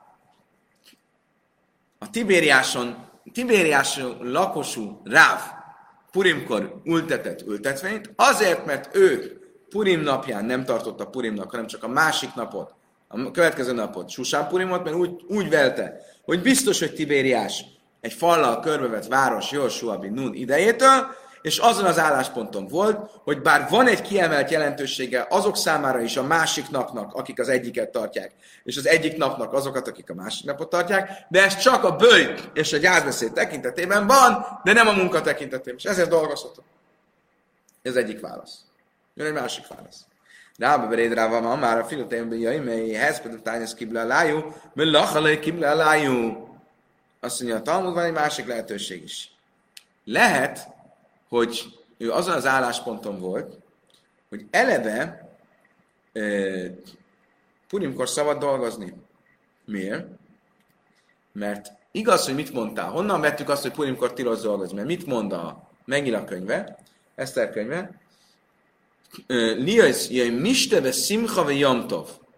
a Tibériáson, Tibériáson lakosú Ráv Purimkor ültetett ültetvényt, azért, mert ő Purim napján nem tartotta Purimnak, hanem csak a másik napot, a következő napot, Susán Purimot, mert úgy, úgy velte, hogy biztos, hogy Tibériás egy fallal körbevett város Jósua bin Nun idejétől, és azon az állásponton volt, hogy bár van egy kiemelt jelentősége azok számára is a másik napnak, akik az egyiket tartják, és az egyik napnak azokat, akik a másik napot tartják, de ez csak a böjt és a gyászbeszéd tekintetében van, de nem a munka tekintetében, és ezért dolgozhatok. Ez egyik válasz. Jön egy másik válasz. Rába beréd rá van, már a filotémben jaj, mely hezpedett tányesz kible a lájú, mert lachalai kible a lájú. Azt mondja, a Talmud van egy másik lehetőség is. Lehet, hogy ő azon az állásponton volt, hogy eleve e, Purimkor szabad dolgozni. Miért? Mert igaz, hogy mit mondtál. Honnan vettük azt, hogy Purimkor tilos dolgozni? Mert mit mond a Megila könyve, Eszter könyve? Liajsz, jaj, misteve szimcha ve jamtov.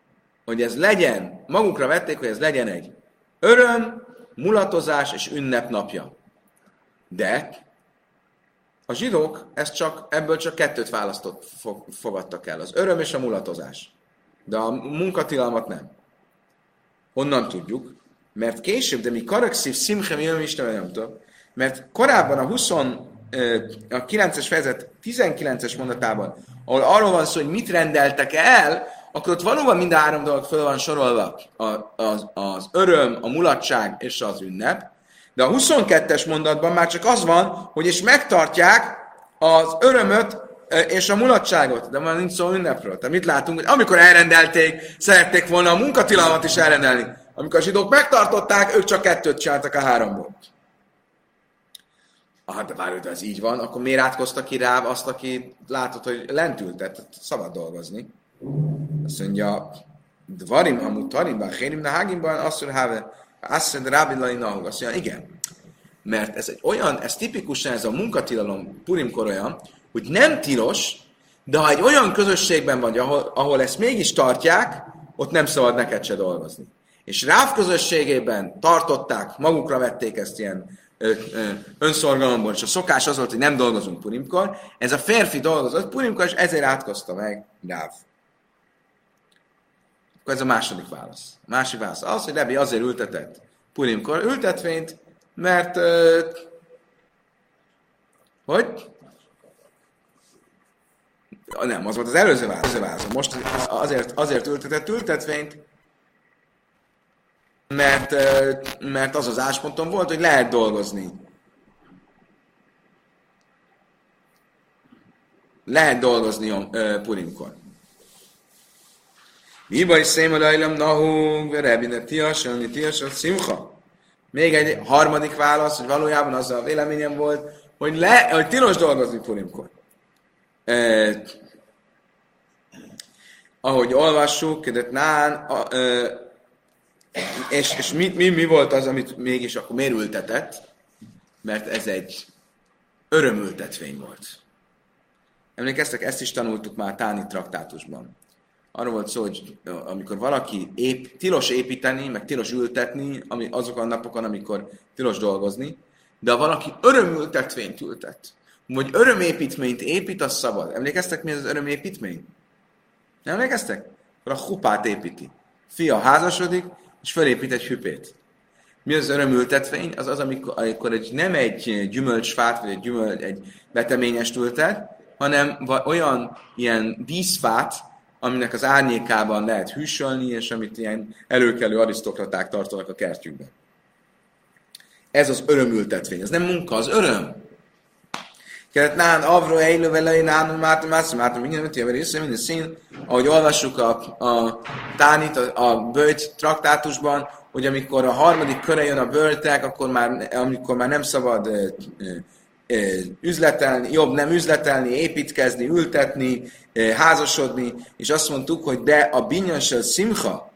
hogy ez legyen, magukra vették, hogy ez legyen egy öröm, mulatozás és ünnepnapja. De a zsidók ezt csak, ebből csak kettőt választott, fogadtak el, az öröm és a mulatozás. De a munkatilalmat nem. Honnan tudjuk? Mert később, de mi karakszív szimchem jön Isten, nem tudom, mert korábban a húsz, a kilences fejezet tizenkilences mondatában, ahol arról van szó, hogy mit rendeltek el, akkor ott valóban mind a három dolog föl van sorolva, az, az öröm, a mulatság és az ünnep, de a huszonkettes mondatban már csak az van, hogy és megtartják az örömöt és a mulatságot, de már nincs szó ünnepről. Tehát mit látunk, hogy amikor elrendelték, szerették volna a munkatilalmat is elrendelni. Amikor a zsidók megtartották, ők csak kettőt csináltak a háromból. Ah, de várj, de ez így van, akkor miért átkozta ki rá azt, aki látod, hogy lent ült, tehát szabad dolgozni. Azt mondja, dvarim amut tarimban, hérim nahagimban, asszur have, asszed rábillai nahug. Azt mondja, igen. Mert ez egy olyan, ez tipikusan ez a munkatilalom Purimkor olyan, hogy nem tilos, de ha egy olyan közösségben vagy, ahol, ahol ezt mégis tartják, ott nem szabad neked se dolgozni. És Ráv közösségében tartották, magukra vették ezt ilyen ö, ö, önszorgalomból, és a szokás az volt, hogy nem dolgozunk Purimkor. Ez a férfi dolgozott Purimkor, és ezért átkozta meg Ráv. Akkor ez a második válasz. A másik válasz az, hogy Rebi azért ültetett Purimkor ültetvényt, mert ö, hogy? Nem, az volt az előző válasz. Most azért, azért ültetett ültetvényt, mert, mert az az ásponton volt, hogy lehet dolgozni. Lehet dolgozni uh, Purimkor. Mi baj szémelajlam nahug, rebine tiasan, tiasan, szimcha. Még egy harmadik válasz, hogy valójában az a véleményem volt, hogy, le, hogy tilos dolgozni Purimkor. Eh, ahogy olvassuk, de nán, eh, és, és mi, mi, mi volt az, amit mégis akkor miért ültetett? Mert ez egy örömültetvény volt. Emlékeztek, ezt is tanultuk már a Táni traktátusban. Arról volt szó, hogy amikor valaki ép, tilos építeni, meg tilos ültetni, ami azok a napokon, amikor tilos dolgozni, de ha valaki örömültetvényt ültet, vagy örömépítményt épít, az szabad. Emlékeztek, mi ez az örömépítmény? Nem emlékeztek? Akkor a hupát építi. Fia házasodik, és felépít egy hüpét. Mi az örömültetvény? Az az, amikor, amikor egy, nem egy gyümölcsfát, vagy egy, gyümöl, egy veteményest ültet, hanem olyan ilyen díszfát, aminek az árnyékában lehet hűsölni, és amit ilyen előkelő arisztokraták tartanak a kertjükben. Ez az örömültetvény. Ez nem munka, az öröm. Kellett nán, avro, ejlő, velei, nán, mártam, mártam, mártam, minden, minden szín, ahogy olvassuk a, a tánit, a, a böjt traktátusban, hogy amikor a harmadik köre jön a böltek, akkor már, amikor már nem szabad ö, ö, ö, üzletelni, jobb nem üzletelni, építkezni, ültetni, ö, házasodni, és azt mondtuk, hogy de a binyansel szimcha,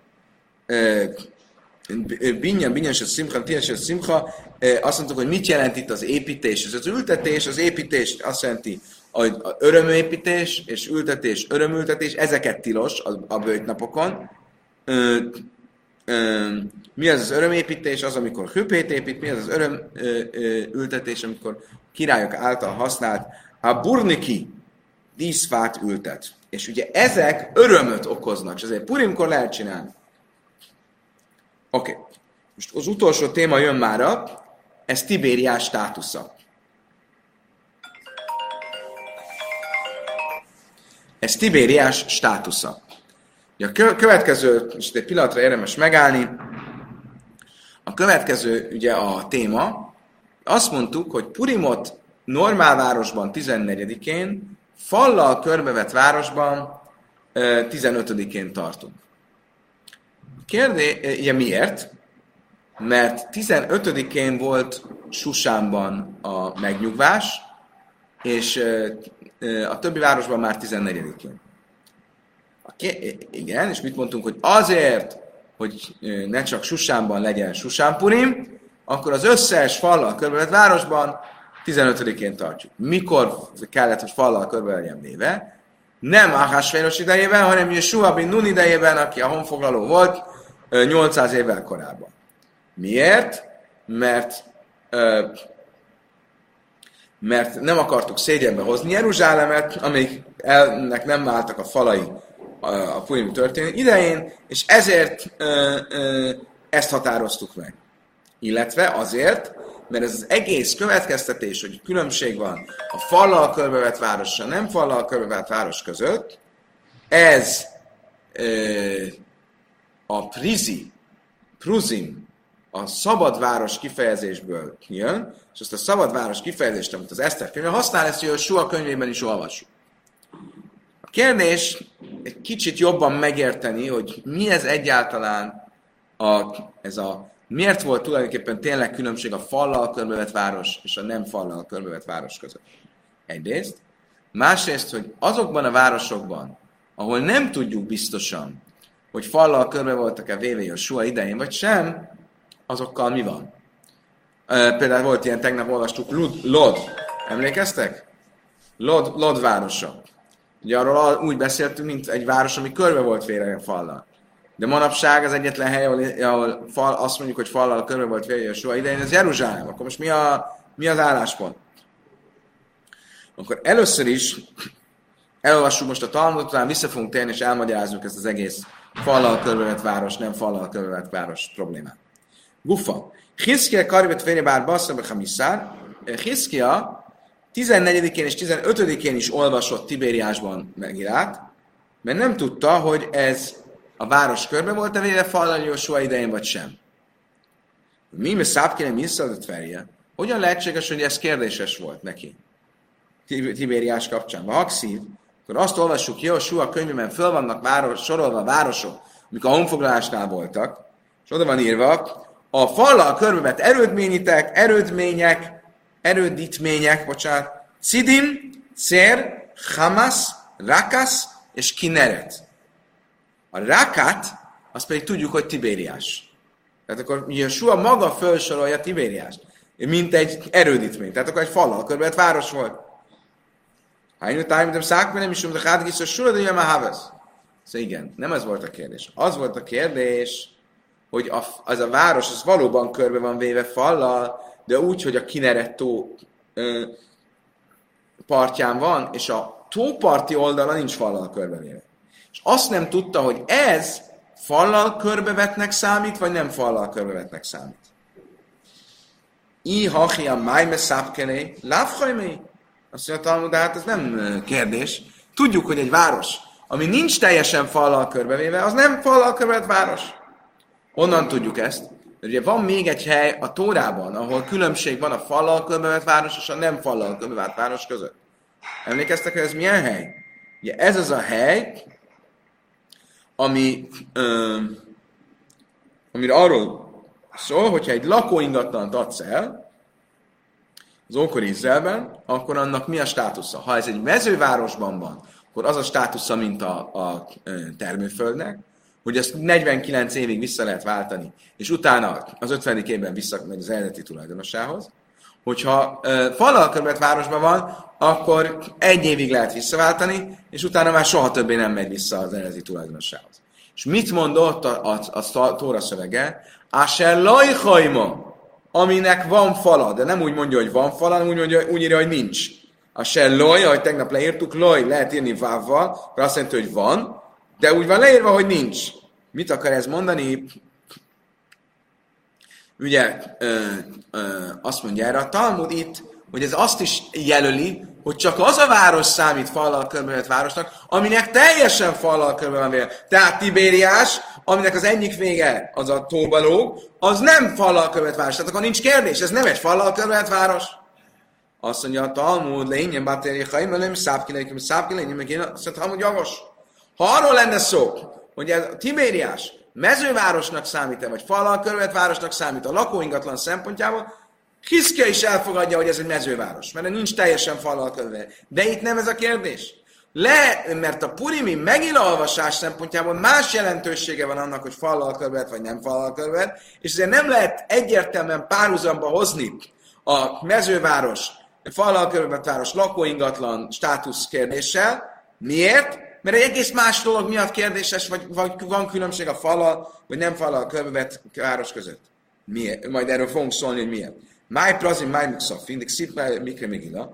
binyan, binyansel szimcha, tiansel szimcha, azt mondtuk, hogy mit jelent itt az építés. Ez az ültetés, az építés azt jelenti, hogy örömépítés és ültetés, örömültetés, ezeket tilos a, a böjtnapokon. Ö, ö, mi az az örömépítés? Az, amikor hüpét épít, mi az az örömültetés, amikor királyok által használt a burniki díszfát ültet. És ugye ezek örömöt okoznak, és ezért Purimkor lehet csinálni. Oké. Okay. Most az utolsó téma jön mára, ez Tibériás státusza. Ez Tibériás státusza. A következő, és egy pillanatra érdemes megállni, a következő ugye a téma, azt mondtuk, hogy Purimot normálvárosban tizennegyedikén, fallal körbevett városban tizenötödikén tartunk. Kérdés, ugye miért? Mert tizenötödikén volt Susánban a megnyugvás, és a többi városban már tizennegyedikén. Igen, és mit mondtunk, hogy azért, hogy ne csak Susánban legyen Susán Purim, akkor az összes fallal körbevett városban tizenötödikén tartjuk. Mikor kellett, hogy fallal körbe legyen véve? Nem Ahasvéros idejében, hanem Jesua bin Nun idejében, aki a honfoglaló volt nyolcszáz évvel korábban. Miért? Mert, mert nem akartuk szégyenbe hozni Jeruzsálemet, amíg ennek nem váltak a falai a Purim történet idején, és ezért ezt határoztuk meg. Illetve azért, mert ez az egész következtetés, hogy különbség van a fallal körbevett város és a nem fallal körbevett város között, ez e, a prizi, pruzim, a szabad város kifejezésből jön, és ezt a szabad város kifejezést, amit az Eszter könyve használ, ezt a Sua könyvében is olvassuk. A kérdés egy kicsit jobban megérteni, hogy mi ez egyáltalán a, ez a miért volt tulajdonképpen tényleg különbség a fallal körbevett város és a nem fallal körbevett város között? Egyrészt. Másrészt, hogy azokban a városokban, ahol nem tudjuk biztosan, hogy fallal körbe voltak-e véve Jósua idején, vagy sem, azokkal mi van? Például volt ilyen, tegnap olvastuk Lod. Lod. Emlékeztek? Lod, Lod városa. Ugye arról úgy beszéltünk, mint egy város, ami körbe volt véve a fallal. De manapság az egyetlen hely, ahol, ahol fal, azt mondjuk, hogy fallal körbe volt véve Jósua idején, ez Jeruzsálem. Akkor most mi, a, mi az álláspont? Akkor először is elolvassuk most a Talmudot, utána vissza fogunk térni, és elmagyarázzuk ezt az egész fallal körbevett város, nem fallal körbevett város problémát. Guffa. Hiszkia karibet férjebár basszabe hamiszár. Hiszkia tizennegyedikén és tizenötödikén is olvasott Tibériásban Megillát, mert nem tudta, hogy ez a város körbe volt-e véve fallal Jósua idején, vagy sem. Mi me szápkéne visszaadott felje? Hogyan lehetséges, hogy ez kérdéses volt neki? Tibériás kapcsán. Ha hakszív, akkor azt olvassuk, Jósua könyvében föl vannak város, sorolva a városok, amik a honfoglalásnál voltak, és oda van írva, a fallal körbevett erődményitek, erődmények, erődítmények, bocsánat, Cidim, Cér, Hamas, Rakas és Kineret. A Rakát, azt pedig tudjuk, hogy Tibériás. Tehát akkor Jósua maga felsorolja Tibériást, mint egy erődítmény. Tehát akkor egy fallal körbevett város volt. Hájnő tájmítom szákmenem is, de hát giszor surod, hogy már havesz. Szóval igen, nem ez volt a kérdés. Az volt a kérdés, hogy a, az a város, az valóban körbe van véve fallal, de úgy, hogy a Kineret tó ö, partján van, és a tóparti oldala nincs fallal körbevéve. És azt nem tudta, hogy ez fallal körbevetnek számít, vagy nem fallal körbevetnek számít. I hachia májme szápkelé, lávhajmé. Azt mondja a Talmud, de hát ez nem kérdés. Tudjuk, hogy egy város, ami nincs teljesen fallal körbevéve, az nem fallal körbevett város. Honnan tudjuk ezt? De ugye van még egy hely a Tórában, ahol különbség van a fallal körbevett város és a nem fallal körbevett város között. Emlékeztek, hogy ez milyen hely? Ugye ez az a hely, ami, ö, amire arról szól, hogyha egy lakóingatlant adsz el, az ókori Izraelben, akkor annak mi a státusza? Ha ez egy mezővárosban van, akkor az a státusza, mint a, a termőföldnek, hogy ezt negyvenkilenc évig vissza lehet váltani, és utána az ötvenedik évben visszamegy az eredeti tulajdonosához. Hogyha e, fallal körbevett városban van, akkor egy évig lehet visszaváltani, és utána már soha többé nem megy vissza az eredeti tulajdonosához. És mit mondott a, a, a, a Tóra szövege? Asher lajhajma, aminek van fala, de nem úgy mondja, hogy van fala, hanem úgy, mondja, úgy írja, hogy nincs. Asher loj, ahogy tegnap leírtuk, loj lehet írni vávval, akkor azt jelenti, hogy van, de úgy van leírva, hogy nincs. Mit akar ez mondani? Ugye ö, ö, azt mondja erre a Talmud itt, hogy ez azt is jelöli, hogy csak az a város számít fallal körbevett városnak, aminek teljesen fallal körbe van véve. Tehát Tibériás, aminek az egyik vége az a tóbaló, az nem fallal körbevett város. Tehát akkor nincs kérdés, ez nem egy fallal körbevett város. Azt mondja a Talmud, lényen batériai haim, nem szápkileim, szápkileim, meg én azt mondja, hogy jogos. Ha arról lenne szó, hogy ez a Tibériás mezővárosnak számít-e, vagy fallal körbevett városnak számít a lakóingatlan szempontjából, Hiszkia is elfogadja, hogy ez egy mezőváros, mert nincs teljesen fallal körbe. De itt nem ez a kérdés. Le, mert a purimi megilolvasás szempontjából más jelentősége van annak, hogy fallal körbevett, vagy nem fallal körbevett, és ezért nem lehet egyértelműen párhuzamba hozni a mezőváros, fallal körbevett város lakóingatlan státusz kérdéssel, Miért? Mert egy egész más dolog miatt kérdéses, vagy, vagy van különbség a fallal, vagy nem fallal körbevett város között. Miért? Majd erről fogunk szólni, hogy miért. Máj prazim, máj mukszafin, de szép mikre migila.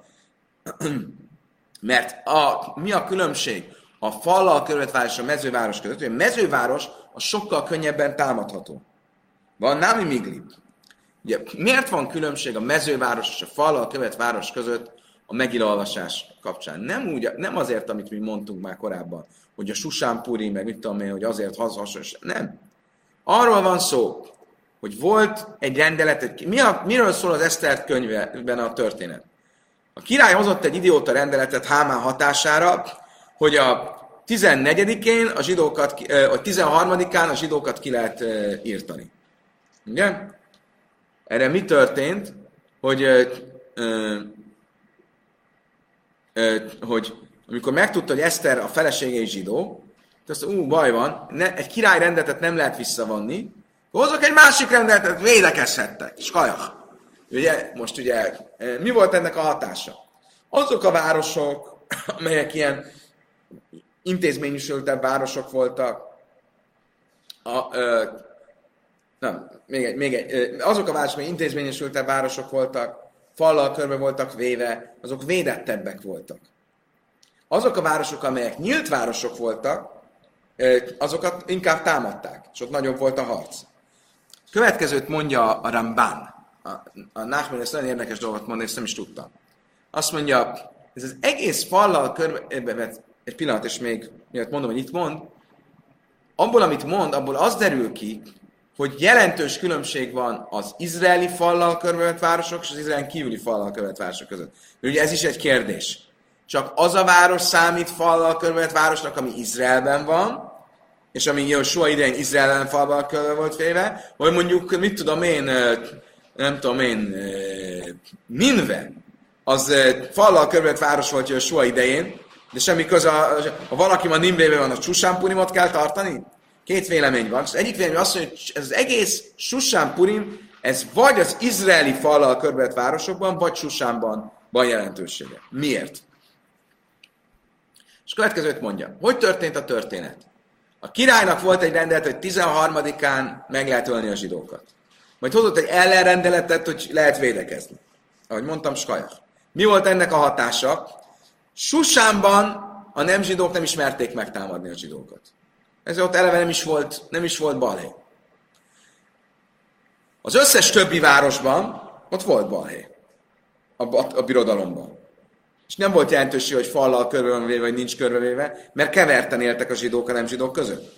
Mert a, mi a különbség a fallal körbevett város és a mezőváros között? Hogy a mezőváros a sokkal könnyebben támadható. Van námi miglib. Ugye, miért van különbség a mezőváros és a fallal követ város között a megilalvasás kapcsán? Nem, úgy, nem azért, amit mi mondtunk már korábban, hogy a Susán Puri, meg mit tudom én, hogy azért hasonló. Nem. Arról van szó, hogy volt egy rendelet, egy, mi a, miről szól az Eszter könyvben a történet? A király hozott egy idióta rendeletet Hámán hatására, hogy a tizennegyedikén a zsidókat, vagy tizenharmadikán a zsidókat ki lehet írtani. Ugye? Erre mi történt, hogy, ö, ö, ö, hogy amikor megtudta, hogy Eszter a felesége is zsidó, azt mondta, ú, baj van, ne, egy király rendetet nem lehet visszavonni, hozok egy másik rendeletet, védekezhettek, skajach. Ugye, most ugye, mi volt ennek a hatása? Azok a városok, amelyek ilyen intézményesültebb városok voltak, a, ö, nem, még egy, még egy, azok a városok, amelyek intézményesültebb városok voltak, fallal körbe voltak véve, azok védettebbek voltak. Azok a városok, amelyek nyílt városok voltak, azokat inkább támadták, és ott nagyobb volt a harc. Következőt mondja a Ramban. A, a Nachman ezt nagyon érdekes dolgot mond, és nem is tudtam. Azt mondja, ez az egész fallal körbe, egy pillanat, és még miatt mondom, hogy itt mond, abból, amit mond, abból az derül ki, hogy jelentős különbség van az izraeli fallal körbevett városok és az izraelen kívüli fallal körbevett városok között. De ugye ez is egy kérdés. Csak az a város számít fallal körbevett városnak, ami Izraelben van, és ami Jósua idején Izraelen fallal körbe volt véve, vagy mondjuk, mit tudom én, nem tudom én, Ninve, az fallal körbevett város volt Jósua idején, de semmi köze, ha valaki ma Ninvében van, a Susán Purimot kell tartani? Két vélemény van. Az egyik vélemény azt mondja, hogy ez az egész Susán Purim, ez vagy az izraeli fallal körbevett városokban, vagy Susánban van jelentősége. Miért? És következőt mondja. Hogy történt a történet? A királynak volt egy rendelet, hogy tizenharmadikán meg lehet ölni a zsidókat. Majd hozott egy ellenrendeletet, hogy lehet védekezni. Ahogy mondtam, skajach. Mi volt ennek a hatása? Susánban a nem zsidók nem ismerték megtámadni a zsidókat. Ezért ott eleve nem is volt, nem is volt balhé. Az összes többi városban ott volt balhé. A, a, a birodalomban. És nem volt jelentőség, hogy fallal körbevéve, vagy nincs körbevéve, mert keverten éltek a zsidók a nem zsidók között.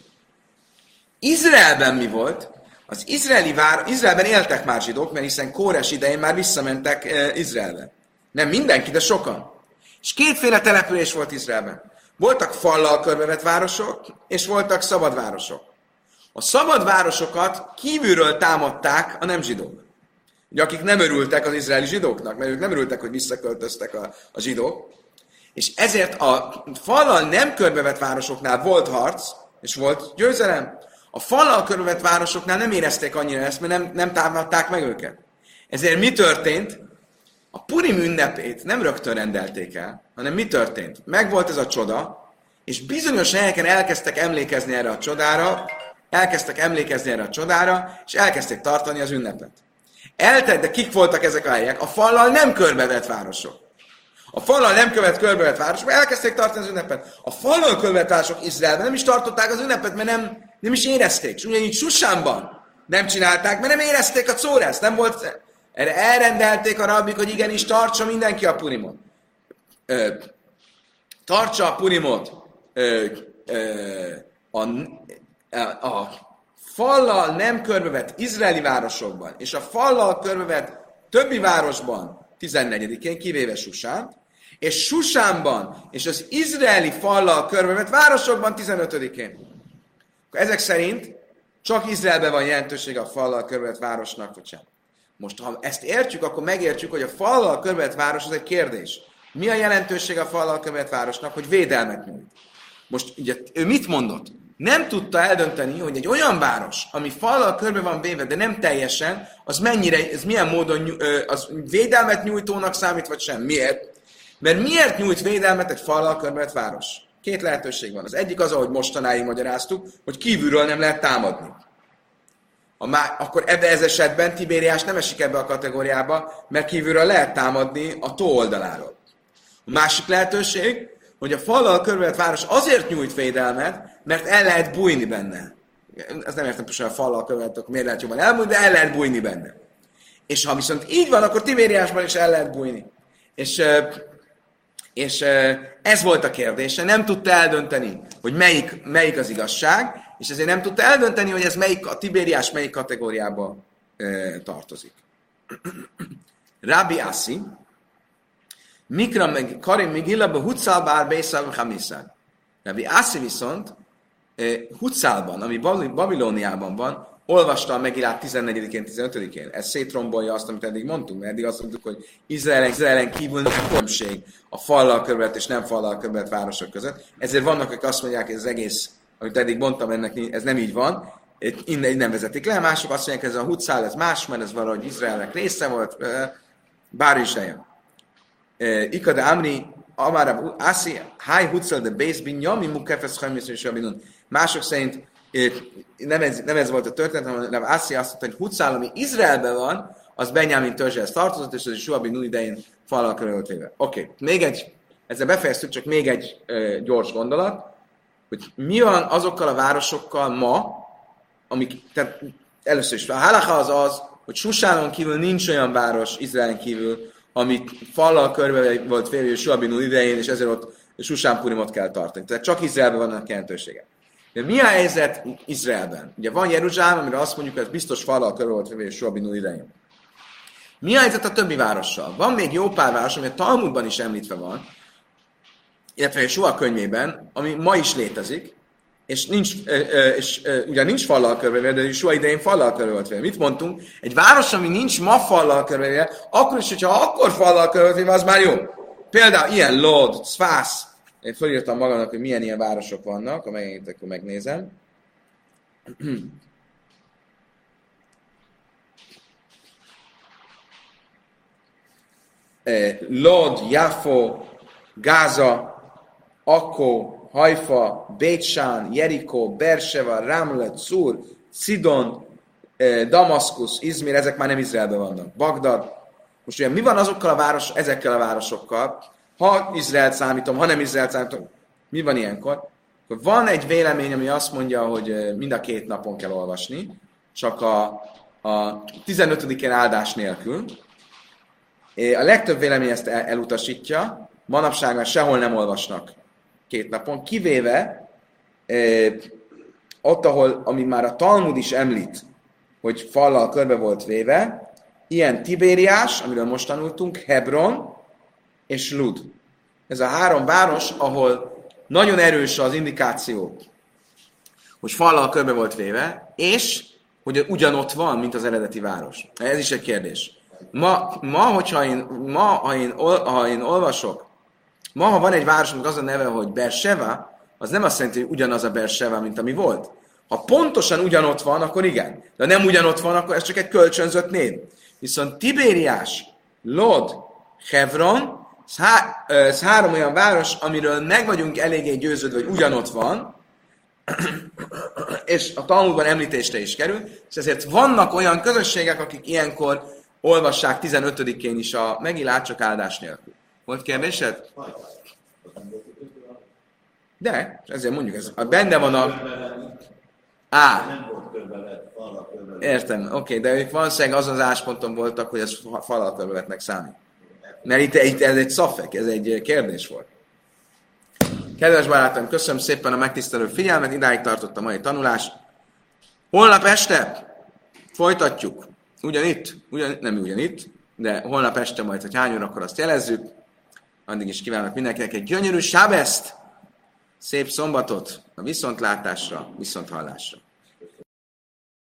Izraelben mi volt? Az izraeli vár, Izraelben éltek már zsidók, mert hiszen Kóres idején már visszamentek e, Izraelbe. Nem mindenki, de sokan. És kétféle település volt Izraelben. Voltak fallal körbevett városok, és voltak szabad városok. A szabad városokat kívülről támadták a nem zsidók. Ugye, akik nem örültek az izraeli zsidóknak, mert ők nem örültek, hogy visszaköltöztek a, a zsidók. És ezért a fallal nem körbevett városoknál volt harc, és volt győzelem. A fallal körbevett városoknál nem érezték annyira ezt, mert nem, nem támadták meg őket. Ezért mi történt? A Purim ünnepét nem rögtön rendelték el, hanem mi történt? Megvolt ez a csoda, és bizonyos helyeken elkezdtek emlékezni erre a csodára, elkezdtek emlékezni erre a csodára, és elkezdték tartani az ünnepet. Eltelt, de kik voltak ezek a helyek? A fallal nem körbevett városok. A fallal nem követ körbevett városok, elkezdték tartani az ünnepet. A fallal körbevett városok Izraelben nem is tartották az ünnepet, mert nem, nem is érezték. És ugyanígy Susánban nem csinálták, mert nem érezték a córászt, nem volt... Erre elrendelték a rabbik, hogy igenis tartsa mindenki a Purimot. Ö, tartsa a Purimot ö, ö, a, a, a fallal nem körbevett izraeli városokban, és a fallal körbevett többi városban tizennegyedikén, kivéve Susánt, és Susánban és az izraeli fallal körbevett városokban tizenötödikén. Ezek szerint csak Izraelben van jelentősége a fallal körbevett városnak, vagy sem. Most, ha ezt értjük, akkor megértjük, hogy a fallal körbevett város az egy kérdés. Mi a jelentőség a fallal körbevett városnak, hogy védelmet nyújt? Most ugye ő mit mondott? Nem tudta eldönteni, hogy egy olyan város, ami fallal körbe van véve, de nem teljesen, az mennyire, ez milyen módon az védelmet nyújtónak számít, vagy sem. Miért? Mert miért nyújt védelmet egy fallal körbevett város? Két lehetőség van. Az egyik az, ahogy mostanáig magyaráztuk, hogy kívülről nem lehet támadni. A má, akkor ebbe ez esetben Tibériás nem esik ebbe a kategóriába, mert kívülről lehet támadni a tó oldaláról. A másik lehetőség, hogy a fallal körülvett város azért nyújt védelmet, mert el lehet bújni benne. Ez nem értem pontosan, a fallal körülvett, akkor miért lehet jobban elbújni, de el lehet bújni benne. És ha viszont így van, akkor Tibériásban is el lehet bújni. És, és ez volt a kérdése, nem tudta eldönteni, hogy melyik, melyik az igazság, és ezért nem tudta eldönteni, hogy ez melyik, a Tibériás melyik kategóriába e, tartozik. Rabbi Assi, Mikra meg Karim Megillaba Hutzálbár Bészál Hamiszál. Rabbi Assi viszont e, Hutzálban, ami Babilóniában van, olvasta a Megillát tizennegyedikén, tizenötödikén. Ez szétrombolja azt, amit eddig mondtunk, mert eddig azt mondtuk, hogy Izraelen, Izraelen kívül nem különbség a fallal körülvett és nem fallal körülvett városok között. Ezért vannak, akik azt mondják, hogy ez egész, amit eddig mondtam, ennek ez nem így van, innen nem vezetik le, mások azt mondják, hogy ez a Hutzál, ez más, mert ez valahogy Izraelnek része volt, bár is legyen. Ikade Amri, Amára Assi, Háj Hutzál, de Bész Binyami, Mukefesz Hajmész és Rabinun. Mások szerint nem ez, nem ez volt a történet, hanem Assi azt mondta, hogy Hutzál, ami Izraelben van, az Benjamin törzséhez tartozott, és az is Suabi Nun idején fallal körül volt véve. Oké, okay. Még egy, ezzel befejeztük, csak még egy e, gyors gondolat, hogy mi van azokkal a városokkal ma, amik, tehát először is a halacha az az, hogy Susánon kívül nincs olyan város Izraelen kívül, amit fallal körbe volt félő Suabi Nun idején, és ezért ott Susán Purimot kell tartani. Tehát csak Izraelben vannak jelentősége. De mi a helyzet Izraelben? Ugye van Jeruzsálem, amire azt mondjuk, hogy ez biztos fallal körül volt félő Suabi Nun idején. Mi a helyzet a többi várossal? Van még jó pár város, ami a Talmudban is említve van, illetve a Sua könyvében, ami ma is létezik, és, nincs, és ugyan nincs fallal körbevéve, de Sua idején fallal körbevéve. Mit mondtunk? Egy város, ami nincs ma fallal körbevéve, akkor is, hogyha akkor fallal körbevéve, az már jó. Például ilyen Lod, Szvász, én felírtam magamnak, hogy milyen ilyen városok vannak, amelyeket akkor megnézem. Lod, Jafo, Gáza, Akkó, Hajfa, Bécsán, Jerikó, Berseva, Ramlet, Szúr, Szidon, Damaszkusz, Izmir, ezek már nem Izraelben vannak. Bagdad. Most ugye mi van azokkal a város, ezekkel a városokkal? Ha Izraelt számítom, ha nem Izraelt számítom, mi van ilyenkor? Van egy vélemény, ami azt mondja, hogy mind a két napon kell olvasni, csak a, a tizenötödikén áldás nélkül. A legtöbb vélemény ezt el, elutasítja, manapság már sehol nem olvasnak két napon, kivéve eh, ott, ahol, ami már a Talmud is említ, hogy fallal körbe volt véve, ilyen Tibériás, amiről most tanultunk, Hebron és Lud. Ez a három város, ahol nagyon erős az indikáció, hogy fallal körbe volt véve, és hogy ugyanott van, mint az eredeti város. Ez is egy kérdés. Ma, ma hogyha én, ma, ha én, ha én olvasok, ma, ha van egy városnak az a neve, hogy Berseva, az nem azt jelenti, hogy ugyanaz a Berseva, mint ami volt. Ha pontosan ugyanott van, akkor igen. De ha nem ugyanott van, akkor ez csak egy kölcsönzött név. Viszont Tibériás, Lod, Hebron, ez, há, ez három olyan város, amiről meg vagyunk eléggé győződve, hogy ugyanott van, és a Talmudban említésre is kerül, és ezért vannak olyan közösségek, akik ilyenkor olvassák tizenötödikén is a Megillát, csak áldás nélkül. Volt kérdésed? De, ezért mondjuk, ez benne van a... Á, értem, oké, okay, de ők valószínűleg azon az állásponton voltak, hogy ez fallal körbevetnek számít. Mert itt, itt ez egy szafek, ez egy kérdés volt. Kedves barátom, köszönöm szépen a megtisztelő figyelmet, idáig tartott a mai tanulás. Holnap este folytatjuk. Ugyanitt, ugyan, nem ugyanitt, de holnap este majd, hogy hány órakor azt jelezzük. Addig is kívánok mindenkinek egy gyönyörű sábeszt, szép szombatot, a viszontlátásra, viszonthallásra.